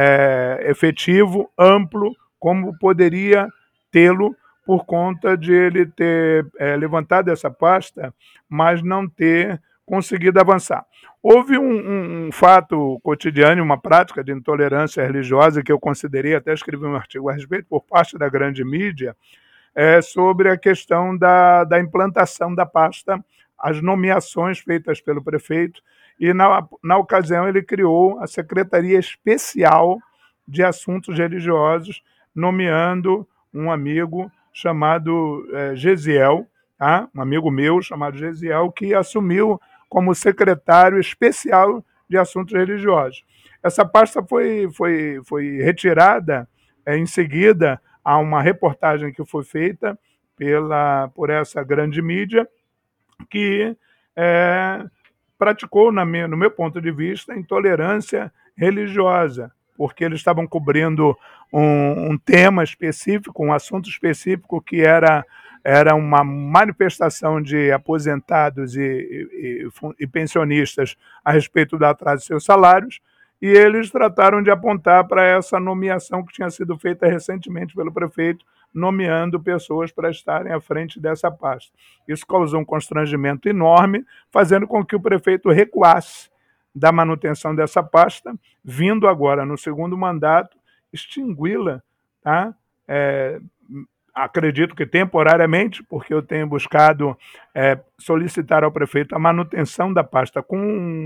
efetivo, amplo, como poderia tê-lo, por conta de ele ter levantado essa pasta, mas não ter conseguido avançar. Houve um fato cotidiano, uma prática de intolerância religiosa que eu considerei, até escrevi um artigo a respeito, por parte da grande mídia, sobre a questão da implantação da pasta, as nomeações feitas pelo prefeito, e na ocasião ele criou a Secretaria Especial de Assuntos Religiosos, nomeando um amigo chamado Gesiel, tá? Um amigo meu chamado Gesiel, que assumiu como secretário especial de assuntos religiosos. Essa pasta foi retirada em seguida a uma reportagem que foi feita por essa grande mídia que é, praticou, no meu ponto de vista, intolerância religiosa, porque eles estavam cobrindo um tema específico, um assunto específico que era uma manifestação de aposentados e pensionistas a respeito do atraso de seus salários, e eles trataram de apontar para essa nomeação que tinha sido feita recentemente pelo prefeito, nomeando pessoas para estarem à frente dessa pasta. Isso causou um constrangimento enorme, fazendo com que o prefeito recuasse da manutenção dessa pasta, vindo agora, no segundo mandato, extingui-la, tá? Acredito que temporariamente, porque eu tenho buscado solicitar ao prefeito a manutenção da pasta com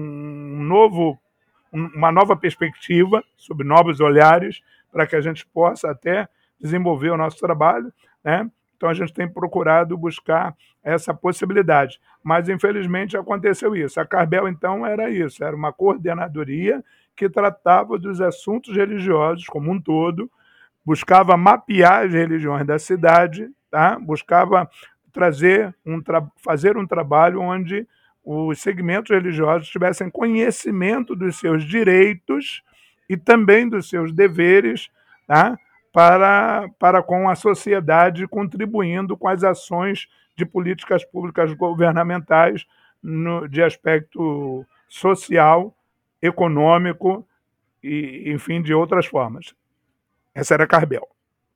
uma nova perspectiva, sob novos olhares, para que a gente possa até desenvolver o nosso trabalho, né? Então, a gente tem procurado buscar essa possibilidade. Mas, infelizmente, aconteceu isso. A Carbel, então, era isso, era uma coordenadoria que tratava dos assuntos religiosos como um todo, buscava mapear as religiões da cidade, tá? Buscava fazer um trabalho onde os segmentos religiosos tivessem conhecimento dos seus direitos e também dos seus deveres, tá? para com a sociedade, contribuindo com as ações de políticas públicas governamentais de aspecto social, econômico e, enfim, de outras formas. Essa era a Carbel.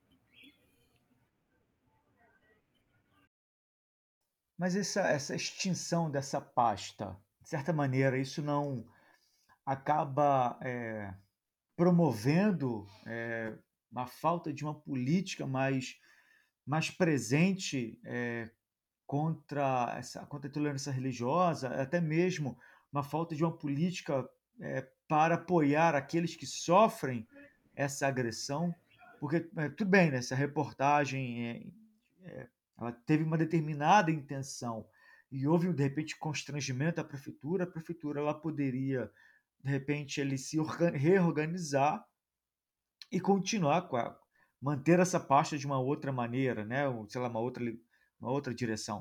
Mas essa extinção dessa pasta, de certa maneira, isso não acaba promovendo uma falta de uma política mais presente contra a intolerância religiosa, até mesmo uma falta de uma política para apoiar aqueles que sofrem essa agressão, porque tudo bem, né, essa reportagem ela teve uma determinada intenção e houve de repente constrangimento à prefeitura, a prefeitura ela poderia de repente ele se reorganizar e continuar manter essa pasta de uma outra maneira, né? Ou, sei lá, uma outra direção.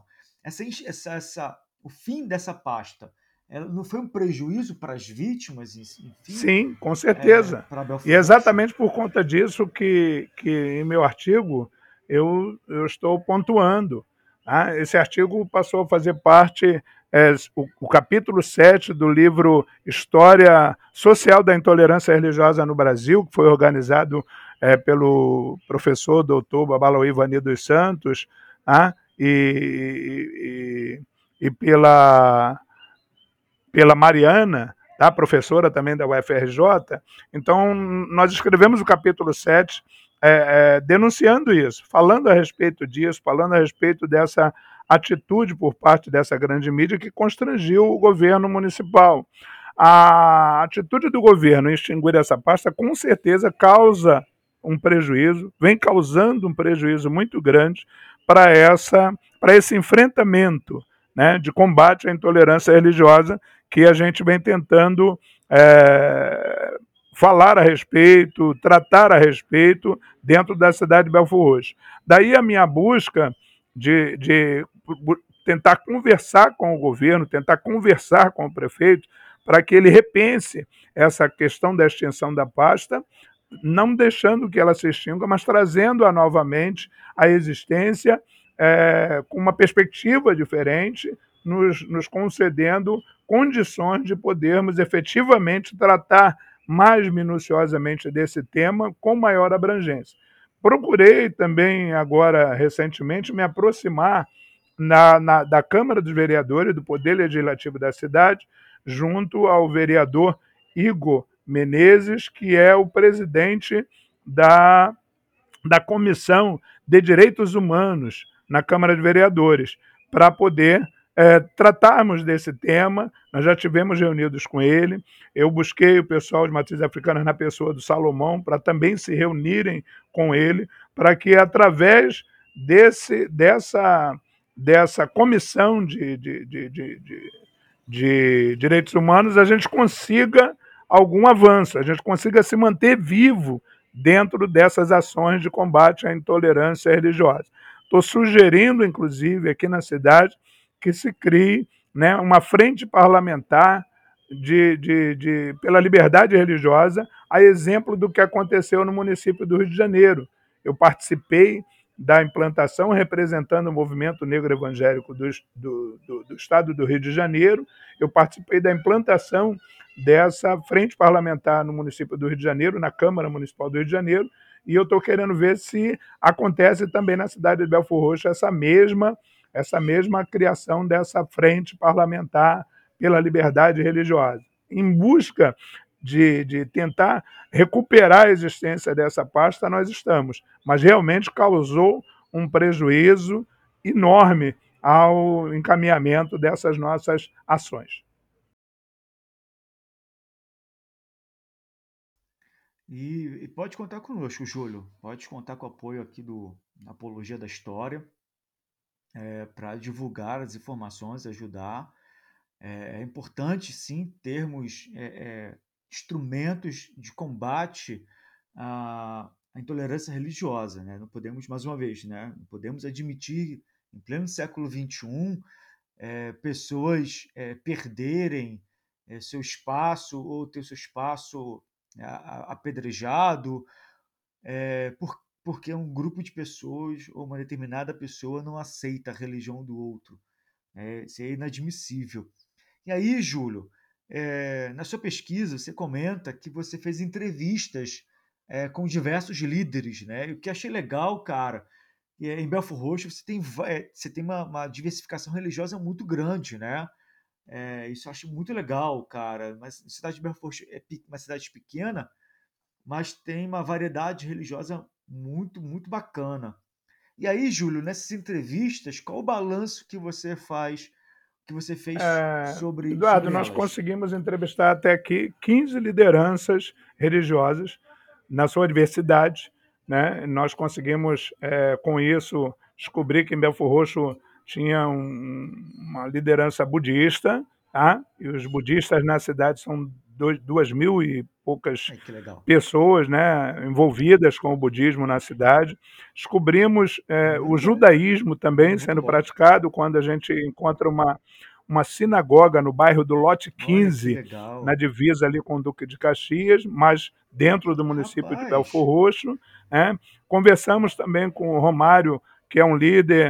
O fim dessa pasta ela não foi um prejuízo para as vítimas, enfim? Sim, com certeza. E é exatamente por conta disso que em meu artigo eu estou pontuando. Tá? Esse artigo passou a fazer parte, o capítulo 7 do livro História Social da Intolerância Religiosa no Brasil, que foi organizado pelo professor doutor Babalauí Vani dos Santos, tá? E pela Mariana, tá? Professora também da UFRJ. Então, nós escrevemos o capítulo 7 denunciando isso, falando a respeito disso, falando a respeito dessa atitude por parte dessa grande mídia que constrangiu o governo municipal. A atitude do governo em extinguir essa pasta com certeza causa um prejuízo, vem causando um prejuízo muito grande para esse enfrentamento, né, de combate à intolerância religiosa que a gente vem tentando falar a respeito, tratar a respeito dentro da cidade de Belford Roxo. Daí a minha busca de tentar conversar com o governo, tentar conversar com o prefeito, para que ele repense essa questão da extinção da pasta, não deixando que ela se extinga, mas trazendo-a novamente à existência com uma perspectiva diferente, nos concedendo condições de podermos efetivamente tratar mais minuciosamente desse tema com maior abrangência. Procurei também, agora, recentemente, me aproximar da Câmara dos Vereadores, do Poder Legislativo da cidade, junto ao vereador Igor Menezes, que é o presidente da Comissão de Direitos Humanos na Câmara de Vereadores, para poder tratarmos desse tema. Nós já tivemos reunidos com ele, eu busquei o pessoal de matrizes africanas na pessoa do Salomão para também se reunirem com ele, para que através dessa comissão de direitos humanos, a gente consiga algum avanço, a gente consiga se manter vivo dentro dessas ações de combate à intolerância religiosa. Estou sugerindo, inclusive, aqui na cidade, que se crie, né, uma frente parlamentar pela liberdade religiosa, a exemplo do que aconteceu no município do Rio de Janeiro. Eu participei da implantação representando o movimento negro evangélico do estado do Rio de Janeiro. Eu participei da implantação dessa frente parlamentar no município do Rio de Janeiro, na Câmara Municipal do Rio de Janeiro, e eu estou querendo ver se acontece também na cidade de Belford Roxo essa mesma criação dessa frente parlamentar pela liberdade religiosa, em busca de tentar recuperar a existência dessa pasta, nós estamos, mas realmente causou um prejuízo enorme ao encaminhamento dessas nossas ações. E pode contar conosco, Júlio. Pode contar com o apoio aqui do Apologia da História para divulgar as informações, ajudar. É importante, sim, termos instrumentos de combate à intolerância religiosa, né? Não podemos, mais uma vez, né? Não podemos admitir, em pleno século XXI, pessoas perderem seu espaço ou ter seu espaço apedrejado porque um grupo de pessoas ou uma determinada pessoa não aceita a religião do outro. Isso é inadmissível. E aí, Júlio, na sua pesquisa, você comenta que você fez entrevistas com diversos líderes, né? E o que achei legal, cara, em Belford Roxo você tem uma diversificação religiosa muito grande, né? Isso eu acho muito legal, cara. Mas a cidade de Belford Roxo é uma cidade pequena, mas tem uma variedade religiosa muito, muito bacana. E aí, Júlio, nessas entrevistas, qual o balanço que você fez Eduardo, sobre nós elas? conseguimos entrevistar até aqui 15 lideranças religiosas na sua diversidade, né? Nós conseguimos, com isso, descobrir que em Belford Roxo tinha uma liderança budista, tá? E os budistas na cidade são 2.000 e poucas Ai, que legal. pessoas, né, envolvidas com o budismo na cidade. Descobrimos o Muito, judaísmo também muito sendo bom. praticado quando a gente encontra uma sinagoga no bairro do Lote Olha que 15, na legal. divisa ali com o Duque de Caxias, mas dentro do município de Belford Rapaz, Roxo, né? Conversamos também com o Romário, que é um líder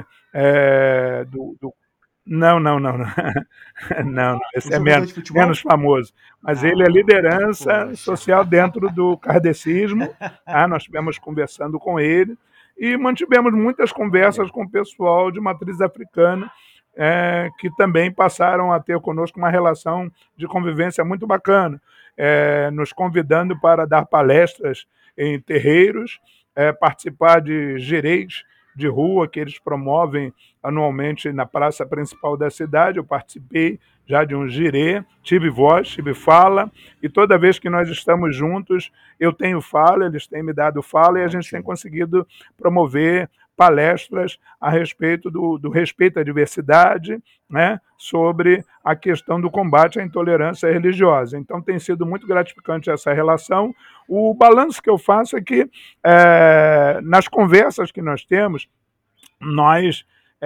do. Não, não, não, não. Não, não, o esse é jogador menos, de menos futebol? famoso. Mas ele é liderança Poxa. social dentro do kardecismo. Tá? Nós estivemos conversando com ele e mantivemos muitas conversas Olha, com o pessoal de matriz africana, que também passaram a ter conosco uma relação de convivência muito bacana, nos convidando para dar palestras em terreiros, participar de gireis de rua que eles promovem anualmente na praça principal da cidade. Eu participei já de um girê, tive voz, tive fala, e toda vez que nós estamos juntos, eu tenho fala, eles têm me dado fala, e a gente tem ótimo. conseguido promover palestras a respeito do respeito à diversidade, né, sobre a questão do combate à intolerância religiosa. Então tem sido muito gratificante essa relação. O balanço que eu faço é que, nas conversas que nós temos, nós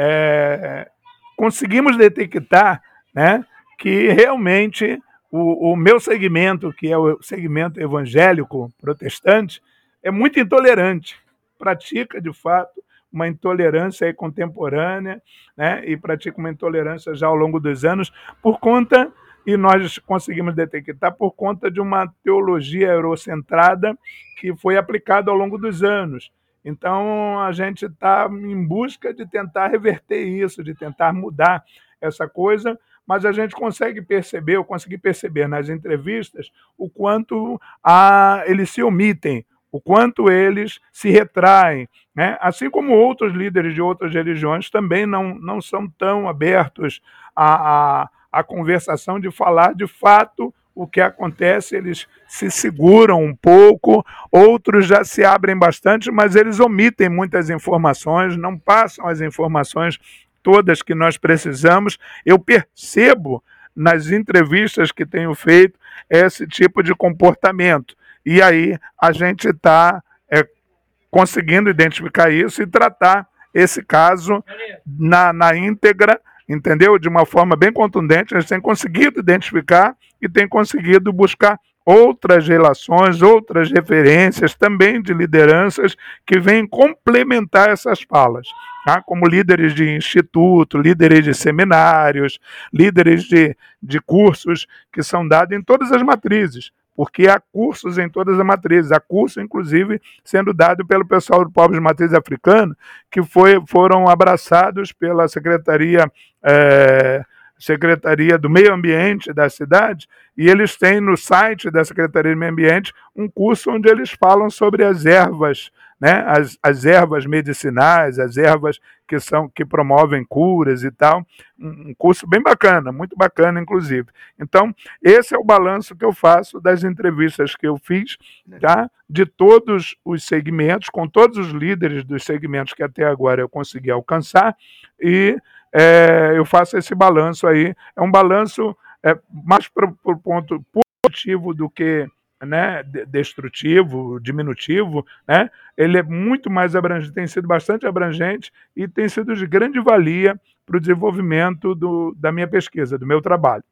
conseguimos detectar, né, que realmente o meu segmento, que é o segmento evangélico protestante, é muito intolerante, pratica de fato uma intolerância contemporânea, né, e pratica uma intolerância já ao longo dos anos por conta, e nós conseguimos detectar, por conta de uma teologia eurocentrada que foi aplicada ao longo dos anos. Então, a gente está em busca de tentar reverter isso, de tentar mudar essa coisa, mas a gente consegue perceber, eu consegui perceber nas entrevistas, o quanto eles se omitem, o quanto eles se retraem, né? Assim como outros líderes de outras religiões também não são tão abertos à conversação de falar de fato o que acontece, eles se seguram um pouco, outros já se abrem bastante, mas eles omitem muitas informações, não passam as informações todas que nós precisamos. Eu percebo nas entrevistas que tenho feito esse tipo de comportamento. E aí a gente está conseguindo identificar isso e tratar esse caso na íntegra, entendeu? De uma forma bem contundente. A gente tem conseguido identificar e tem conseguido buscar outras relações, outras referências também de lideranças que vêm complementar essas falas, tá? Como líderes de instituto, líderes de seminários, líderes de cursos que são dados em todas as matrizes, porque há cursos em todas as matrizes, há curso, inclusive, sendo dado pelo pessoal do Povos de Matriz Africana, que foram abraçados pela Secretaria do Meio Ambiente da cidade, e eles têm no site da Secretaria do Meio Ambiente um curso onde eles falam sobre as ervas, né? As ervas medicinais, as ervas que promovem curas e tal. Um curso bem bacana, muito bacana, inclusive. Então, esse é o balanço que eu faço das entrevistas que eu fiz, tá? De todos os segmentos, com todos os líderes dos segmentos que até agora eu consegui alcançar, e eu faço esse balanço aí. É um balanço mais para o ponto positivo do que, né, destrutivo, diminutivo, né? Ele é muito mais abrangente, tem sido bastante abrangente e tem sido de grande valia para o desenvolvimento da minha pesquisa, do meu trabalho.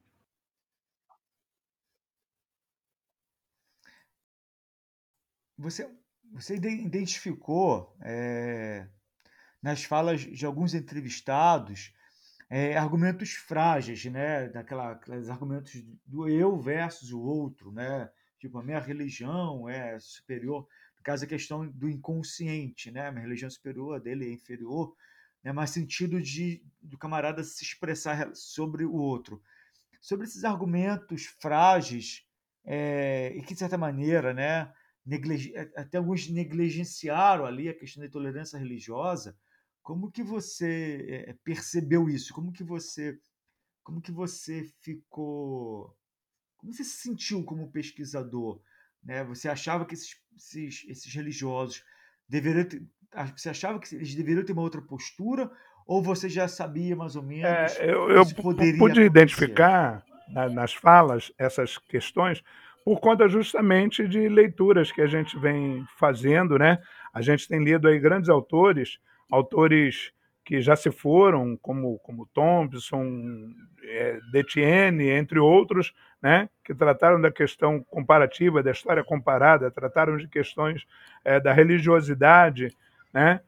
Você identificou nas falas de alguns entrevistados argumentos frágeis, né? Aqueles argumentos do eu versus o outro, né? Tipo, a minha religião é superior. No caso, a questão do inconsciente, né? A minha religião é superior, a dele é inferior, né? Mas sentido do camarada se expressar sobre o outro. Sobre esses argumentos frágeis e que, de certa maneira, né? Até alguns negligenciaram ali a questão da intolerância religiosa. Como que você percebeu isso? Como que você ficou, como você se sentiu como pesquisador, né? Você achava que esses religiosos você achava que eles deveriam ter uma outra postura, ou você já sabia mais ou menos que Eu isso poderia pude acontecer? identificar nas falas essas questões por conta justamente de leituras que a gente vem fazendo, né? A gente tem lido aí grandes autores que já se foram, como Thompson, Detienne, entre outros, né? Que trataram da questão comparativa, da história comparada, trataram de questões da religiosidade, né?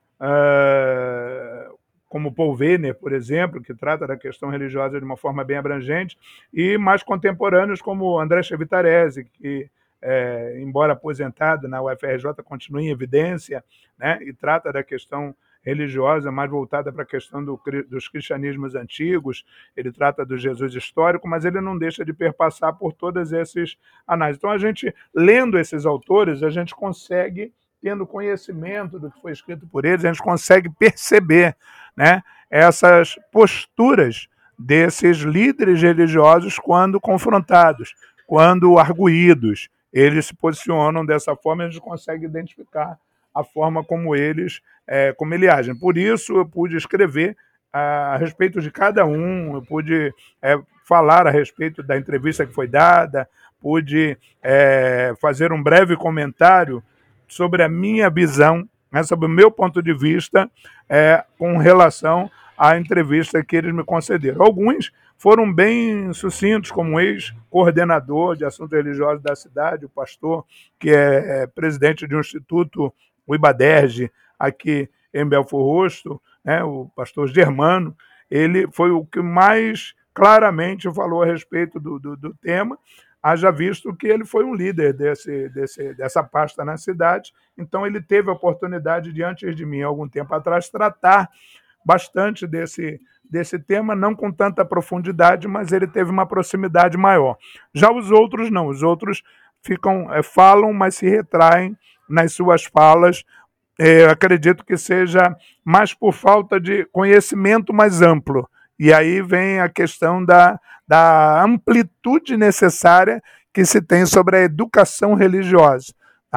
Como Paul Weiner, por exemplo, que trata da questão religiosa de uma forma bem abrangente, e mais contemporâneos como André Chevitarese, que, embora aposentado na UFRJ, continua em evidência, né, e trata da questão religiosa mais voltada para a questão dos cristianismos antigos. Ele trata do Jesus histórico, mas ele não deixa de perpassar por todas essas análises. Então, a gente, lendo esses autores, a gente consegue, tendo conhecimento do que foi escrito por eles, a gente consegue perceber, né, essas posturas desses líderes religiosos quando confrontados, quando arguídos. Eles se posicionam dessa forma e a gente consegue identificar a forma como eles agem. Por isso eu pude escrever a respeito de cada um, eu pude falar a respeito da entrevista que foi dada, pude fazer um breve comentário sobre a minha visão, né, sobre o meu ponto de vista com relação à entrevista que eles me concederam. Alguns foram bem sucintos, como o ex-coordenador de assuntos religiosos da cidade, o pastor, que é presidente de um instituto, o IBADERJ, aqui em Belford Roxo, né, o pastor Germano. Ele foi o que mais claramente falou a respeito do tema, haja visto que ele foi um líder dessa pasta na cidade, então ele teve a oportunidade de, antes de mim, algum tempo atrás, tratar bastante desse tema, não com tanta profundidade, mas ele teve uma proximidade maior. Já os outros não, os outros falam, mas se retraem nas suas falas. Acredito que seja mais por falta de conhecimento mais amplo. E aí vem a questão da amplitude necessária que se tem sobre a educação religiosa. Tá?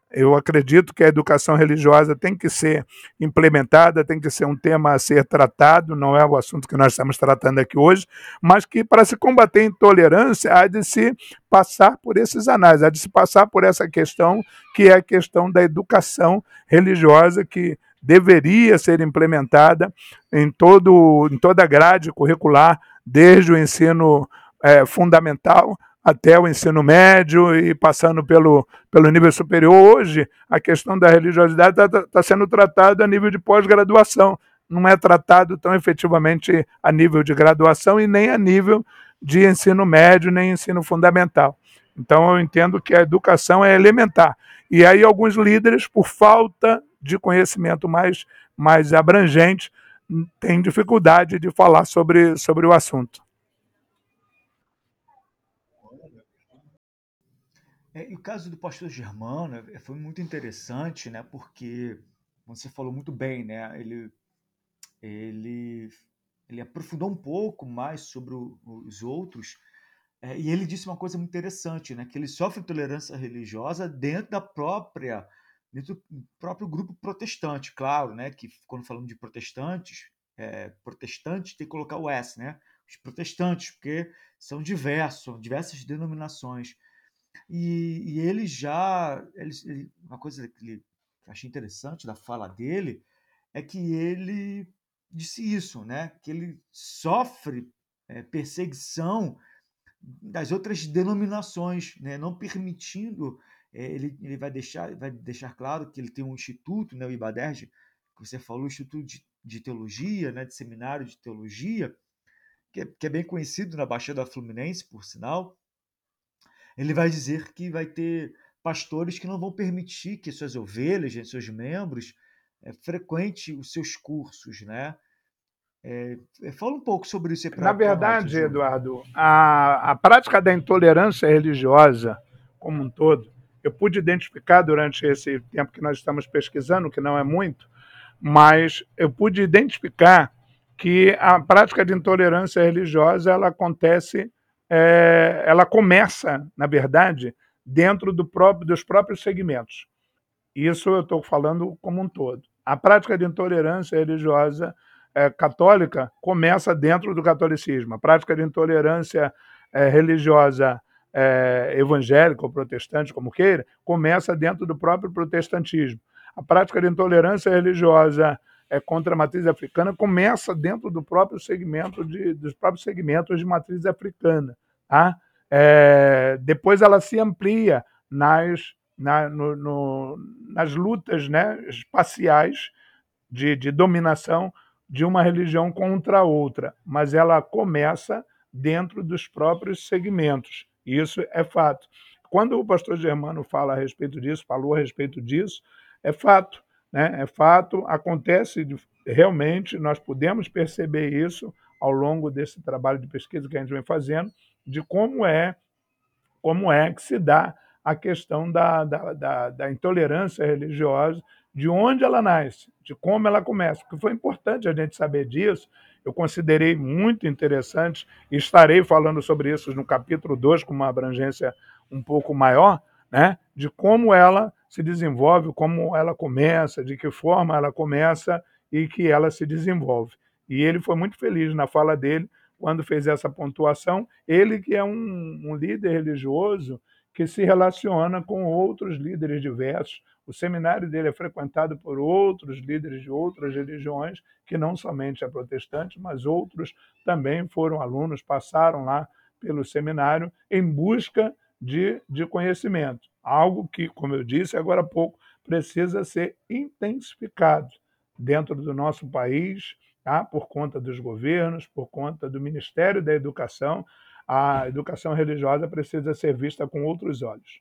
Eu acredito que a educação religiosa tem que ser implementada, tem que ser um tema a ser tratado, não é o assunto que nós estamos tratando aqui hoje, mas que para se combater a intolerância há de se passar por esses análises, há de se passar por essa questão que é a questão da educação religiosa que deveria ser implementada em toda a grade curricular, desde o ensino fundamental até o ensino médio e passando pelo nível superior. Hoje, a questão da religiosidade está sendo tratada a nível de pós-graduação, não é tratado tão efetivamente a nível de graduação e nem a nível de ensino médio, nem ensino fundamental. Então, eu entendo que a educação é elementar. E aí, alguns líderes, por falta de conhecimento mais abrangente, têm dificuldade de falar sobre o assunto. E o caso do pastor Germano foi muito interessante, né? Porque você falou muito bem, né? Ele, ele aprofundou um pouco mais sobre os outros, e ele disse uma coisa muito interessante, né? Que ele sofre intolerância religiosa dentro do próprio grupo protestante, claro, né? Que quando falamos de protestantes, protestante tem que colocar o S, né? Os protestantes, porque são diversas denominações. E uma coisa que eu achei interessante da fala dele é que ele disse isso, né? Que ele sofre perseguição das outras denominações, né? Não permitindo, ele vai deixar claro que ele tem um instituto, né? O Ibaderj, que você falou, Instituto de Teologia, né? De Seminário de Teologia, que é bem conhecido na Baixada Fluminense, por sinal. Ele vai dizer que vai ter pastores que não vão permitir que suas ovelhas, né, seus membros, frequente os seus cursos, né? Fala um pouco sobre isso aí Na para nós, verdade, Júlio. Eduardo, a prática da intolerância religiosa como um todo, eu pude identificar durante esse tempo que nós estamos pesquisando, que não é muito, mas eu pude identificar que a prática de intolerância religiosa ela acontece, ela começa, na verdade, dentro dos próprios segmentos. Isso eu estou falando como um todo. A prática de intolerância religiosa católica começa dentro do catolicismo. A prática de intolerância religiosa evangélica ou protestante, como queira, começa dentro do próprio protestantismo. A prática de intolerância religiosa contra a matriz africana começa dentro do próprio segmento dos próprios segmentos de matriz africana. Tá? Depois ela se amplia nas lutas, né, espaciais de dominação de uma religião contra a outra, mas ela começa dentro dos próprios segmentos. Isso é fato. Quando o pastor Germano fala a respeito disso, falou a respeito disso, é fato. Né? É fato, acontece realmente, nós podemos perceber isso ao longo desse trabalho de pesquisa que a gente vem fazendo, de como é que se dá a questão da intolerância religiosa, de onde ela nasce, de como ela começa. Porque foi importante a gente saber disso. Eu considerei muito interessante, e estarei falando sobre isso no capítulo 2 com uma abrangência um pouco maior, né, de como ela se desenvolve, como ela começa, de que forma ela começa e que ela se desenvolve. E ele foi muito feliz na fala dele, quando fez essa pontuação, ele que é um líder religioso que se relaciona com outros líderes diversos. O seminário dele é frequentado por outros líderes de outras religiões, que não somente é protestante, mas outros também foram alunos, passaram lá pelo seminário em busca de conhecimento. Algo que, como eu disse agora há pouco, precisa ser intensificado dentro do nosso país, tá? Por conta dos governos, por conta do Ministério da Educação, a educação religiosa precisa ser vista com outros olhos.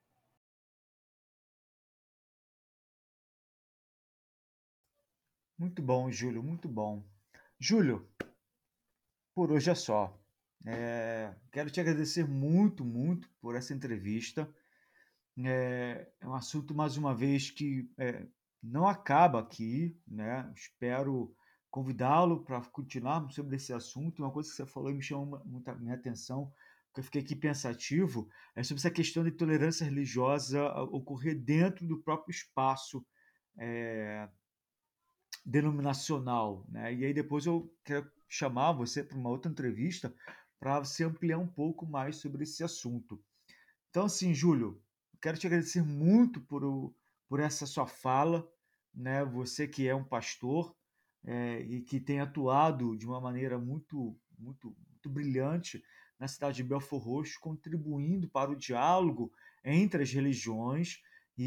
Muito bom, Júlio, muito bom. Júlio, por hoje é só. Quero te agradecer muito, muito por essa entrevista. É um assunto, mais uma vez, que não acaba aqui, né? Espero convidá-lo para continuarmos sobre esse assunto. Uma coisa que você falou e me chamou muito a minha atenção que eu fiquei aqui pensativo é sobre essa questão de tolerância religiosa ocorrer dentro do próprio espaço é, denominacional, né? E aí depois eu quero chamar você para uma outra entrevista para você ampliar um pouco mais sobre esse assunto. Então, assim, Júlio, quero te agradecer muito por essa sua fala, né? Você que é um pastor e que tem atuado de uma maneira muito brilhante na cidade de Belford Roxo, contribuindo para o diálogo entre as religiões. E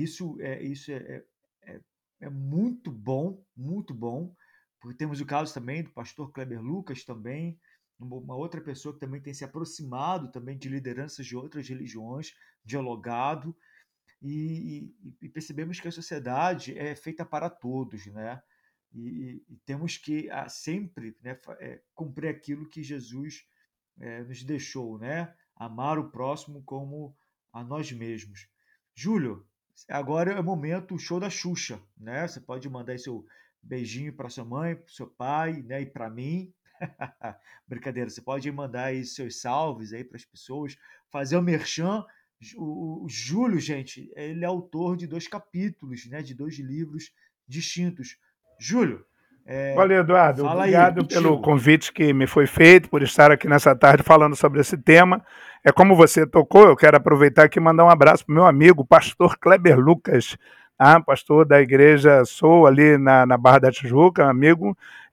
é, é muito bom, porque temos o caso também do pastor Kleber Lucas também, uma outra pessoa que também tem se aproximado também de lideranças de outras religiões, dialogado, e percebemos que a sociedade é feita para todos, né? E temos que sempre, né, cumprir aquilo que Jesus nos deixou, né? Amar o próximo como a nós mesmos. Júlio, agora é o momento show da Xuxa, né? Você pode mandar aí seu beijinho para sua mãe, para seu pai, né? E para mim. Brincadeira, você pode mandar aí seus salves aí para as pessoas, fazer o merchan. O Júlio, gente, ele é autor de 2 capítulos, né? De 2 livros distintos. Júlio, Valeu, Eduardo. fala aí, Obrigado pelo contigo. convite que me foi feito, por estar aqui nessa tarde falando sobre esse tema. É como você tocou, eu quero aproveitar aqui e mandar um abraço para o meu amigo, pastor Kleber Lucas, pastor da igreja Sou, ali na Barra da Tijuca, amigo,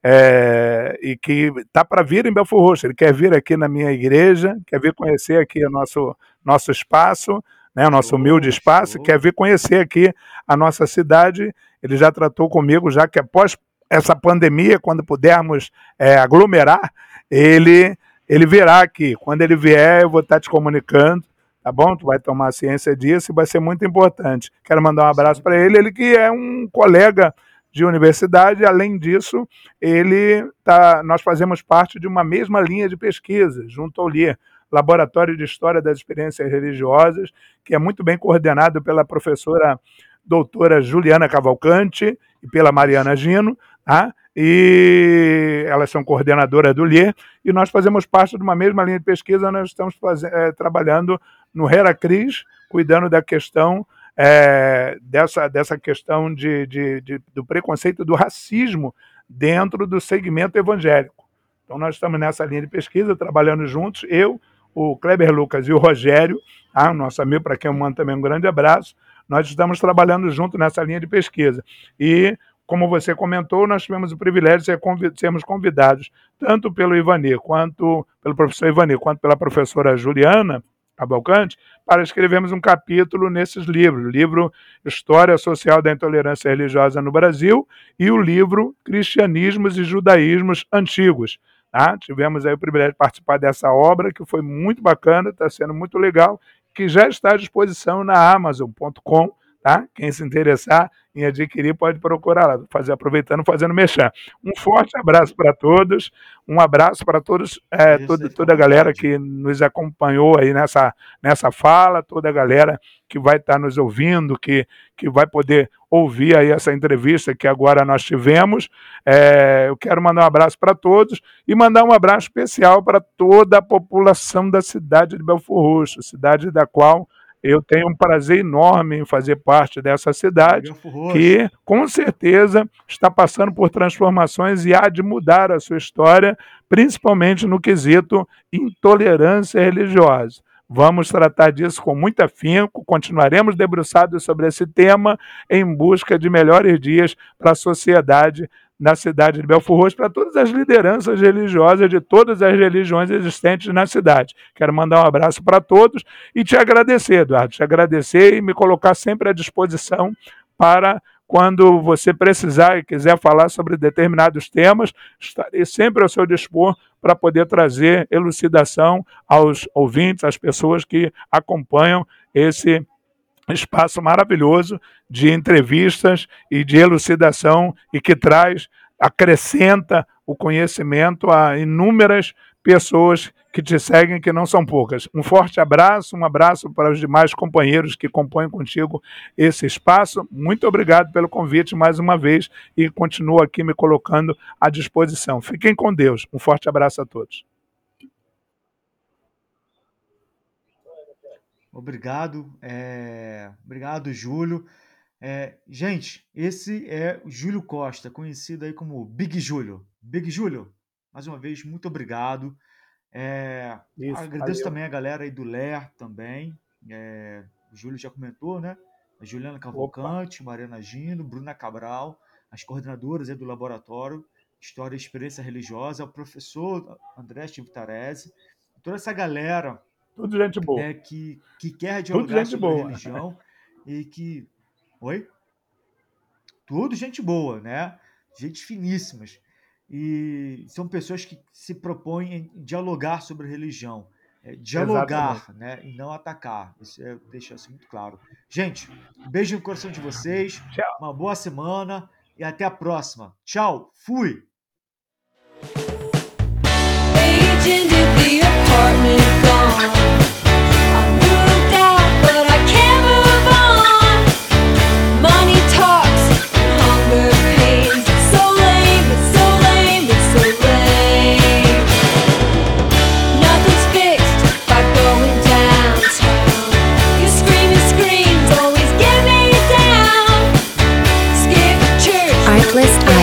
e que está para vir em Belford Roxo. Ele quer vir aqui na minha igreja, quer vir conhecer aqui o nosso espaço, né, o nosso humilde Show, espaço, quer show. vir conhecer aqui a nossa cidade. Ele já tratou comigo, já que após essa pandemia, quando pudermos aglomerar, ele virá aqui. Quando ele vier, eu vou estar te comunicando, tá bom? Tu vai tomar ciência disso e vai ser muito importante. Quero mandar um Vai ser abraço muito para bom. ele que é um colega de universidade. Além disso, nós fazemos parte de uma mesma linha de pesquisa, junto ao LIR, Laboratório de História das Experiências Religiosas, que é muito bem coordenado pela professora doutora Juliana Cavalcante e pela Mariana Isso. Gino, e elas são coordenadoras do LIER, e nós fazemos parte de uma mesma linha de pesquisa. Nós estamos trabalhando no Heracris, cuidando da questão dessa questão do preconceito, do racismo dentro do segmento evangélico. Então nós estamos nessa linha de pesquisa, trabalhando juntos, eu, o Kleber Lucas e o Rogério, nosso amigo, para quem eu mando também um grande abraço. Nós estamos trabalhando junto nessa linha de pesquisa. E, como você comentou, nós tivemos o privilégio de sermos convidados, tanto pelo Ivanir, quanto pelo professor Ivanir, quanto pela professora Juliana Cavalcante, para escrevermos um capítulo nesses livros, o livro História Social da Intolerância Religiosa no Brasil e o livro Cristianismos e Judaísmos Antigos. Tivemos aí o privilégio de participar dessa obra, que foi muito bacana, está sendo muito legal, que já está à disposição na Amazon.com, tá? Quem se interessar em adquirir pode procurar lá, aproveitando, fazendo merchan. Um forte abraço para todos, um abraço para todos, Fica à toda a galera vontade. que nos acompanhou aí nessa fala, toda a galera que vai estar nos ouvindo, que vai poder ouvir aí essa entrevista que agora nós tivemos. Eu quero mandar um abraço para todos e mandar um abraço especial para toda a população da cidade de Belford Roxo, cidade da qual eu tenho um prazer enorme em fazer parte dessa De cidade, Belford Roxo. que com certeza está passando por transformações e há de mudar a sua história, principalmente no quesito intolerância religiosa. Vamos tratar disso com muito afinco, continuaremos debruçados sobre esse tema em busca de melhores dias para a sociedade na cidade de Belford Roxo, para todas as lideranças religiosas de todas as religiões existentes na cidade. Quero mandar um abraço para todos e te agradecer, Eduardo, te agradecer e me colocar sempre à disposição para quando você precisar e quiser falar sobre determinados temas, estarei sempre ao seu dispor para poder trazer elucidação aos ouvintes, às pessoas que acompanham esse espaço maravilhoso de entrevistas e de elucidação e que acrescenta o conhecimento a inúmeras pessoas que te seguem, que não são poucas. Um forte abraço, um abraço para os demais companheiros que compõem contigo esse espaço. Muito obrigado pelo convite mais uma vez e continuo aqui me colocando à disposição. Fiquem com Deus. Um forte abraço a todos. Obrigado. Obrigado, Júlio. Gente, esse é o Júlio Costa, conhecido aí como Big Júlio. Big Júlio, mais uma vez, muito obrigado. Isso, Agradeço valeu. também a galera aí do LER também. O Júlio já comentou, né? A Juliana Opa, Cavalcante, Mariana Gino, Bruna Cabral, as coordenadoras aí do laboratório História e Experiência Religiosa, o professor André Chivitarese, toda essa galera, tudo gente boa. né, que quer Tudo dialogar gente sobre boa. religião e que. Oi? Tudo gente boa, né? Gente finíssimas. E são pessoas que se propõem em dialogar sobre religião. Exatamente. Dialogar, né? E não atacar. Isso deixa isso muito claro. Gente, um beijo no coração de vocês, Tchau. uma boa semana e até a próxima. Tchau, fui! Agent at the apartment gone. I moved out, but I can't move on. Money talks, hunger pains. It's so lame, it's so lame, it's so lame. Nothing's fixed by going downtown. Your screaming screams always get me down. Skip church. Artlist